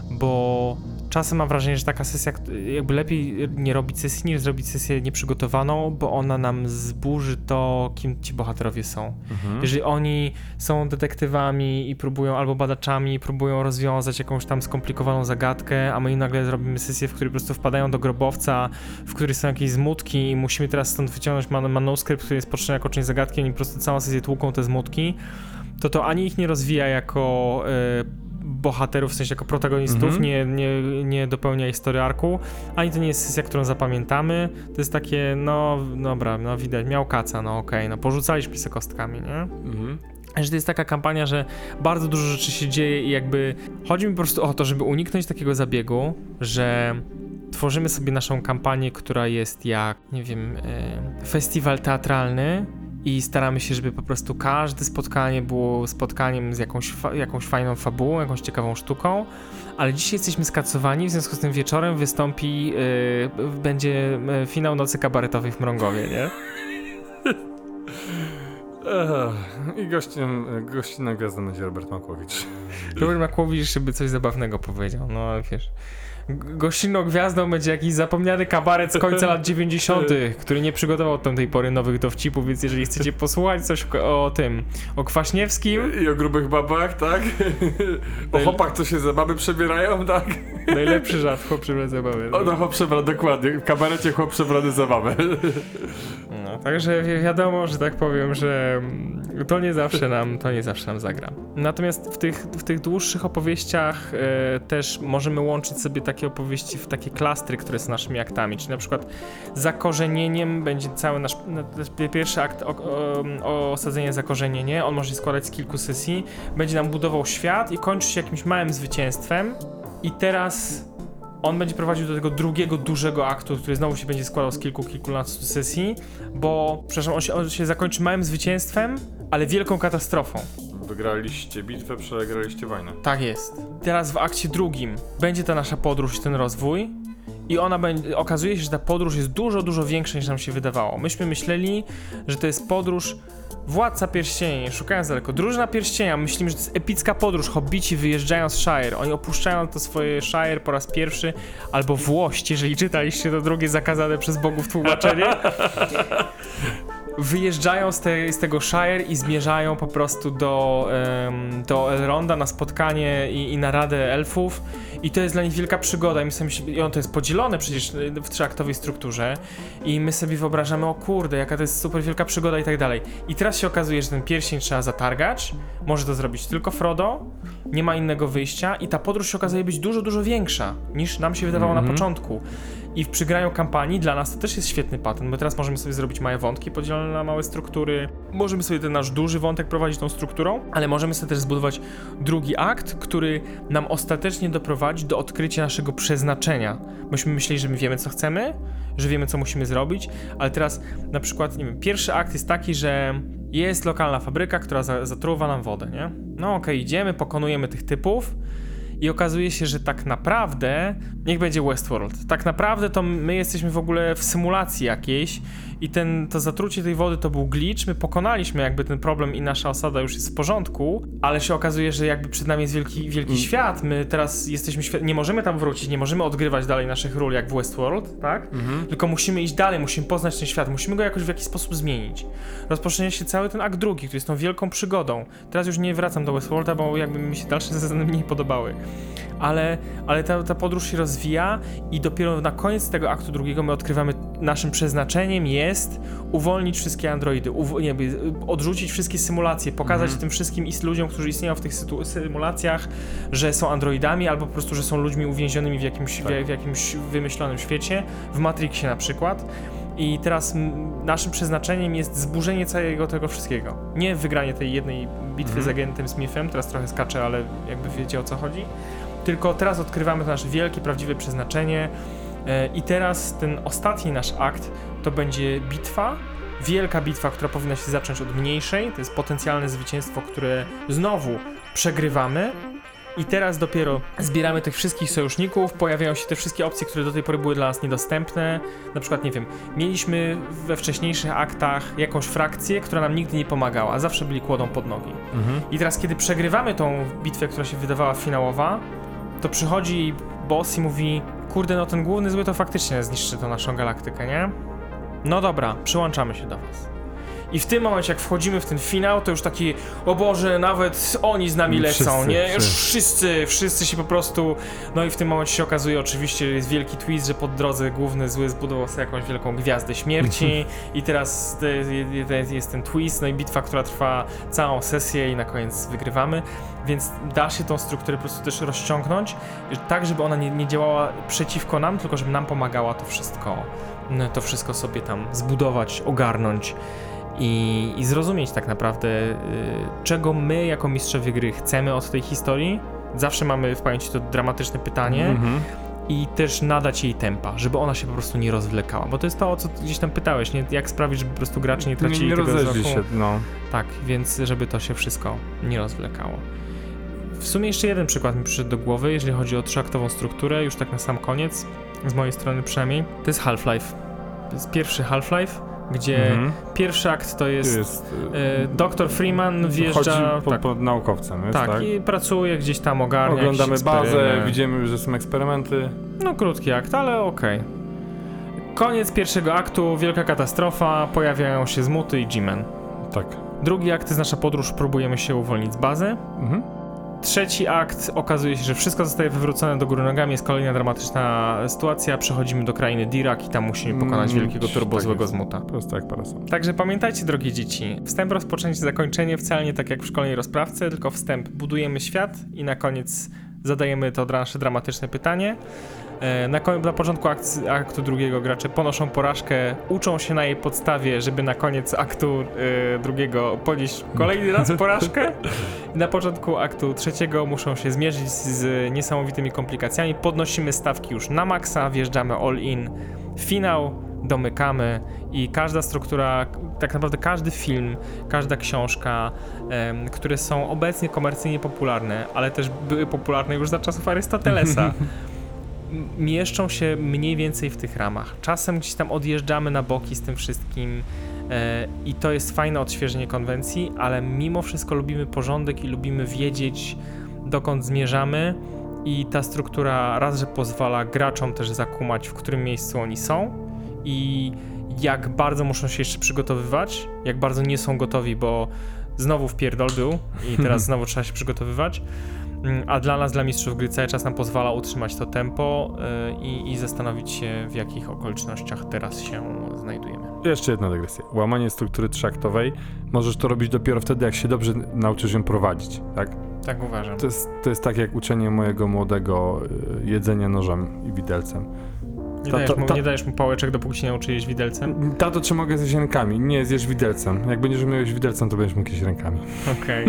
Speaker 1: bo czasem mam wrażenie, że taka sesja, jakby lepiej nie robić sesji, niż zrobić sesję nieprzygotowaną, bo ona nam zburzy to, kim ci bohaterowie są. Mhm. Jeżeli oni są detektywami i próbują, albo badaczami i próbują rozwiązać jakąś tam skomplikowaną zagadkę, a my im nagle zrobimy sesję, w której po prostu wpadają do grobowca, w której są jakieś zmutki i musimy teraz stąd wyciągnąć man- manuskrypt, który jest potrzebny jako część zagadki, oni po prostu całą sesję tłuką te zmutki, to to ani ich nie rozwija jako... Yy, bohaterów, w sensie jako protagonistów, mm-hmm. nie, nie, nie dopełnia historii arku, ani to nie jest sesja, którą zapamiętamy, to jest takie, no dobra, no widać, miał kaca, no okej, okay, no porzucaliśmy się kostkami, nie? Mm-hmm. Że to jest taka kampania, że bardzo dużo rzeczy się dzieje i jakby chodzi mi po prostu o to, żeby uniknąć takiego zabiegu, że tworzymy sobie naszą kampanię, która jest jak, nie wiem, e, festiwal teatralny, i staramy się, żeby po prostu każde spotkanie było spotkaniem z jakąś, fa- jakąś fajną fabułą, jakąś ciekawą sztuką, ale dzisiaj jesteśmy skacowani, w związku z tym wieczorem wystąpi, yy, będzie yy, finał Nocy Kabaretowej w Mrągowie, nie?
Speaker 2: I gościem, gościnna gwiazda będzie Robert Makłowicz.
Speaker 1: Robert Makłowicz żeby coś zabawnego powiedział, no wiesz... Gościnną gwiazdą będzie jakiś zapomniany kabaret z końca lat dziewięćdziesiątych, który nie przygotował od tej pory nowych dowcipów, więc jeżeli chcecie posłuchać coś o tym, o Kwaśniewskim...
Speaker 2: I o grubych babach, tak? O chłopach, co się za baby przebierają, tak?
Speaker 1: Najlepszy żart, chłop przebrany za babę.
Speaker 2: O, no chłop przebrany, dokładnie. W kabarecie chłop przebrany za babę.
Speaker 1: No, także wi- wiadomo, że tak powiem, że to nie zawsze nam, to nie zawsze nam zagra. Natomiast w tych, w tych dłuższych opowieściach e, też możemy łączyć sobie takie opowieści w takie klastry, które są naszymi aktami, czyli na przykład zakorzenieniem będzie cały nasz, nasz pierwszy akt o, o, o osadzenie zakorzenienie, on może się składać z kilku sesji, będzie nam budował świat i kończy się jakimś małym zwycięstwem i teraz on będzie prowadził do tego drugiego dużego aktu, który znowu się będzie składał z kilku, kilkunastu sesji, bo, przepraszam, on się, on się zakończy małym zwycięstwem, ale wielką katastrofą.
Speaker 2: Wygraliście bitwę, przegraliście wojnę.
Speaker 1: Tak jest. Teraz w akcie drugim będzie ta nasza podróż, ten rozwój i ona będzie, okazuje się, że ta podróż jest dużo, dużo większa niż nam się wydawało. Myśmy myśleli, że to jest podróż Władca Pierścieni, nie szukając daleko. Drużyna Pierścienia, myślimy, że to jest epicka podróż. Hobbici wyjeżdżają z Shire. Oni opuszczają to swoje Shire po raz pierwszy, albo Włość, jeżeli czytaliście to drugie zakazane przez bogów tłumaczenie. Wyjeżdżają z, te, z tego Shire i zmierzają po prostu do, um, do Elronda na spotkanie i, i naradę elfów I to jest dla nich wielka przygoda i my sobie myślimy, i on to jest podzielone przecież w trzyaktowej strukturze i my sobie wyobrażamy, o kurde, jaka to jest super wielka przygoda i tak dalej. I teraz się okazuje, że ten pierścień trzeba zatargać, może to zrobić tylko Frodo, nie ma innego wyjścia i ta podróż się okazuje być dużo, dużo większa niż nam się wydawało mm-hmm. na początku. I w przygraniu kampanii dla nas to też jest świetny patent, bo teraz możemy sobie zrobić małe wątki podzielone na małe struktury, możemy sobie ten nasz duży wątek prowadzić tą strukturą, ale możemy sobie też zbudować drugi akt, który nam ostatecznie doprowadzi do odkrycia naszego przeznaczenia. Myśmy myśleli, że my wiemy, co chcemy, że wiemy, co musimy zrobić, ale teraz na przykład, nie wiem, pierwszy akt jest taki, że jest lokalna fabryka, która za- zatruwa nam wodę, nie? No okej, okay, idziemy, pokonujemy tych typów, i okazuje się, że tak naprawdę, niech będzie Westworld, tak naprawdę to my jesteśmy w ogóle w symulacji jakiejś i ten, to zatrucie tej wody to był glitch, my pokonaliśmy jakby ten problem i nasza osada już jest w porządku, ale się okazuje, że jakby przed nami jest wielki, wielki mm. świat, my teraz jesteśmy, świat... nie możemy tam wrócić, nie możemy odgrywać dalej naszych ról jak w Westworld, tak? Mm-hmm. Tylko musimy iść dalej, musimy poznać ten świat, musimy go jakoś w jakiś sposób zmienić. Rozpoczyna się cały ten akt drugi, który jest tą wielką przygodą. Teraz już nie wracam do Westworlda, bo jakby mi się dalsze sezony mniej podobały. Ale, ale ta, ta podróż się rozwija i dopiero na koniec tego aktu drugiego my odkrywamy, naszym przeznaczeniem jest uwolnić wszystkie androidy, uw- nie, odrzucić wszystkie symulacje, pokazać mm-hmm. tym wszystkim ist- ludziom, którzy istnieją w tych sytu- symulacjach, że są androidami albo po prostu, że są ludźmi uwięzionymi w jakimś, tak. w, w jakimś wymyślonym świecie, w Matrixie na przykład. I teraz m, naszym przeznaczeniem jest zburzenie całego tego wszystkiego. Nie wygranie tej jednej bitwy mm-hmm. z agentem Smithem, teraz trochę skaczę, ale jakby wiecie, o co chodzi. Tylko teraz odkrywamy to nasze wielkie, prawdziwe przeznaczenie yy, i teraz ten ostatni nasz akt to będzie bitwa, wielka bitwa, która powinna się zacząć od mniejszej, to jest potencjalne zwycięstwo, które znowu przegrywamy i teraz dopiero zbieramy tych wszystkich sojuszników, pojawiają się te wszystkie opcje, które do tej pory były dla nas niedostępne, na przykład, nie wiem, mieliśmy we wcześniejszych aktach jakąś frakcję, która nam nigdy nie pomagała, a zawsze byli kłodą pod nogi. Mhm. I teraz, kiedy przegrywamy tą bitwę, która się wydawała finałowa, to przychodzi boss i mówi, kurde, no ten główny zły to faktycznie zniszczy tą naszą galaktykę, nie? No dobra, przyłączamy się do was. I w tym momencie, jak wchodzimy w ten finał, to już taki, o Boże, nawet oni z nami lecą, wszyscy, nie? Już wszyscy, wszyscy się po prostu... No i w tym momencie się okazuje, oczywiście jest wielki twist, że po drodze główny zły zbudował sobie jakąś wielką gwiazdę śmierci i teraz jest ten twist, no i bitwa, która trwa całą sesję i na koniec wygrywamy, więc da się tą strukturę po prostu też rozciągnąć, tak, żeby ona nie, nie działała przeciwko nam, tylko żeby nam pomagała to wszystko, to wszystko sobie tam zbudować, ogarnąć. I, i zrozumieć tak naprawdę, y, czego my jako mistrzowie gry chcemy od tej historii. Zawsze mamy w pamięci to dramatyczne pytanie mm-hmm. i też nadać jej tempa, żeby ona się po prostu nie rozwlekała, bo to jest to, o co gdzieś tam pytałeś, nie? Jak sprawić, żeby po prostu gracze nie tracili
Speaker 2: nie, nie
Speaker 1: tego
Speaker 2: rozeźli się, no.
Speaker 1: Tak, więc żeby to się wszystko nie rozwlekało. W sumie jeszcze jeden przykład mi przyszedł do głowy, jeżeli chodzi o trzyaktową strukturę, już tak na sam koniec, z mojej strony przynajmniej, to jest Half-Life. To jest pierwszy Half-Life, gdzie mm-hmm. pierwszy akt to jest, jest e, doktor Freeman wjeżdża...
Speaker 2: Chodzi po,
Speaker 1: tak,
Speaker 2: po naukowcem, jest,
Speaker 1: tak,
Speaker 2: tak?
Speaker 1: i pracuje gdzieś tam, ogarnia.
Speaker 2: Oglądamy bazę, widzimy, że są eksperymenty.
Speaker 1: No krótki akt, ale okej. Okay. Koniec pierwszego aktu, wielka katastrofa, pojawiają się Zmuty i G-Men.
Speaker 2: Tak.
Speaker 1: Drugi akt to jest nasza podróż, próbujemy się uwolnić z bazy. Mhm. Trzeci akt, okazuje się, że wszystko zostaje wywrócone do góry nogami, jest kolejna dramatyczna sytuacja, przechodzimy do krainy Dirac i tam musimy pokonać mm, wielkiego turbozłego tak Zmuta.
Speaker 2: Prosto jak parasol.
Speaker 1: Także pamiętajcie, drogie dzieci, wstęp, rozpoczęcie, zakończenie, wcale nie tak jak w szkolnej rozprawce, tylko wstęp, budujemy świat i na koniec zadajemy to nasze dramatyczne pytanie. Na, koń- na początku aktu, aktu drugiego gracze ponoszą porażkę, uczą się na jej podstawie, żeby na koniec aktu y, drugiego ponieść kolejny raz porażkę. Na początku aktu trzeciego muszą się zmierzyć z niesamowitymi komplikacjami. Podnosimy stawki już na maksa, wjeżdżamy all in. Finał domykamy i każda struktura, tak naprawdę każdy film, każda książka, um, które są obecnie komercyjnie popularne, ale też były popularne już za czasów Arystotelesa, mieszczą się mniej więcej w tych ramach. Czasem gdzieś tam odjeżdżamy na boki z tym wszystkim e, i to jest fajne odświeżenie konwencji, ale mimo wszystko lubimy porządek i lubimy wiedzieć, dokąd zmierzamy i ta struktura raz, że pozwala graczom też zakumać, w którym miejscu oni są i jak bardzo muszą się jeszcze przygotowywać, jak bardzo nie są gotowi, bo znowu wpierdol był i teraz znowu trzeba się przygotowywać. a dla nas, dla mistrzów gry, cały czas nam pozwala utrzymać to tempo yy, i, i zastanowić się, w jakich okolicznościach teraz się znajdujemy.
Speaker 2: Jeszcze jedna dygresja. Łamanie struktury trzaktowej możesz to robić dopiero wtedy, jak się dobrze nauczysz ją prowadzić, tak?
Speaker 1: Tak uważam.
Speaker 2: To jest, to jest tak jak uczenie mojego młodego y, jedzenia nożem i widelcem.
Speaker 1: Nie,
Speaker 2: Ta,
Speaker 1: dajesz
Speaker 2: ta,
Speaker 1: mu,
Speaker 2: ta,
Speaker 1: nie dajesz mu pałeczek, dopóki się nie nauczy jeść widelcem?
Speaker 2: Tato, czy mogę zjeść rękami? Nie, zjesz widelcem. Jak będziesz miał jeść widelcem, to będziesz mógł jeść rękami.
Speaker 1: Okej.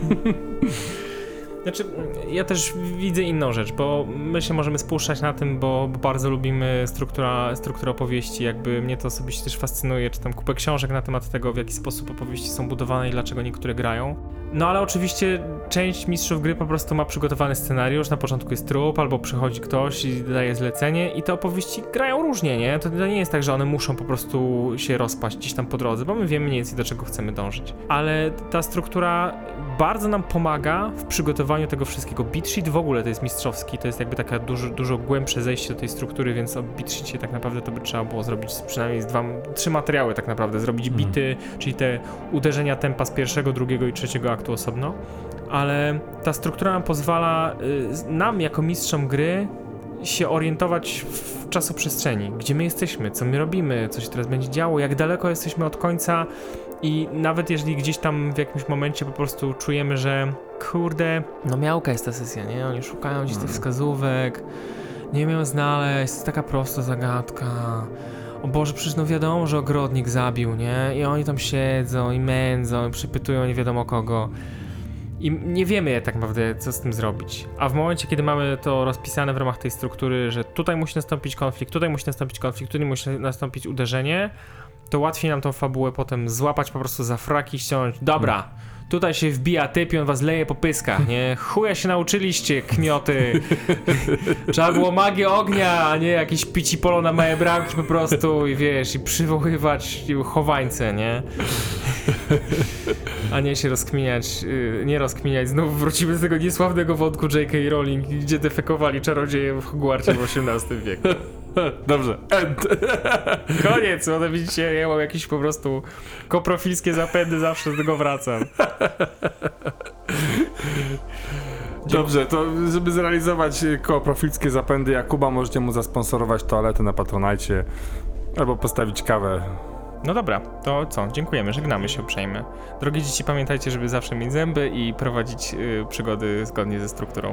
Speaker 1: Znaczy, ja też widzę inną rzecz, bo my się możemy spuszczać na tym, bo, bo bardzo lubimy struktura, strukturę opowieści, jakby mnie to osobiście też fascynuje, czytam kupę książek na temat tego, w jaki sposób opowieści są budowane i dlaczego niektóre grają. No ale oczywiście część mistrzów gry po prostu ma przygotowany scenariusz, na początku jest trup, albo przychodzi ktoś i daje zlecenie i te opowieści grają różnie, nie? To, to nie jest tak, że one muszą po prostu się rozpaść gdzieś tam po drodze, bo my wiemy mniej więcej, do czego chcemy dążyć. Ale ta struktura bardzo nam pomaga w przygotowaniu tego wszystkiego. Beat sheet w ogóle to jest mistrzowski, to jest jakby taka dużo, dużo głębsze zejście do tej struktury, więc o beat sheetie tak naprawdę to by trzeba było zrobić przynajmniej z dwa, trzy materiały tak naprawdę, zrobić
Speaker 2: Mhm.
Speaker 1: bity, czyli te uderzenia tempa z pierwszego, drugiego i trzeciego aktu osobno, ale ta struktura nam pozwala y, nam jako mistrzom gry się orientować w czasoprzestrzeni, gdzie my jesteśmy, co my robimy, co się teraz będzie działo, jak daleko jesteśmy od końca i nawet jeżeli gdzieś tam w jakimś momencie po prostu czujemy, że kurde, no miałka jest ta sesja, nie? Oni szukają gdzieś tych wskazówek, nie umieją znaleźć, jest taka prosta zagadka. O Boże, przecież no wiadomo, że ogrodnik zabił, nie? I oni tam siedzą i mędzą i przypytują nie wiadomo kogo. I nie wiemy tak naprawdę, co z tym zrobić. A w momencie, kiedy mamy to rozpisane w ramach tej struktury, że tutaj musi nastąpić konflikt, tutaj musi nastąpić konflikt, tutaj musi nastąpić uderzenie, to łatwiej nam tą fabułę potem złapać po prostu za fraki i ściągnąć. Dobra, tutaj się wbija typ i on was leje po pyskach, nie? Chuja się nauczyliście, kmioty. Trzeba było magię ognia, a nie jakieś pici polo na małe bramki po prostu i wiesz, i przywoływać chowańce, nie? A nie się rozkminiać, yy, nie rozkminiać, znowu wrócimy z tego niesławnego wątku J K Rowling, gdzie defekowali czarodzieje w Hogwarcie w osiemnastym wieku.
Speaker 2: Dobrze. End.
Speaker 1: Koniec, no to widzicie, ja mam jakieś po prostu koprofilskie zapędy, zawsze do tego wracam.
Speaker 2: Dobrze, to żeby zrealizować koprofilskie zapędy Jakuba, możecie mu zasponsorować toaletę na Patronite albo postawić kawę.
Speaker 1: No dobra, to co? Dziękujemy, żegnamy się uprzejmie. Drogie dzieci, pamiętajcie, żeby zawsze mieć zęby i prowadzić yy, przygody zgodnie ze strukturą.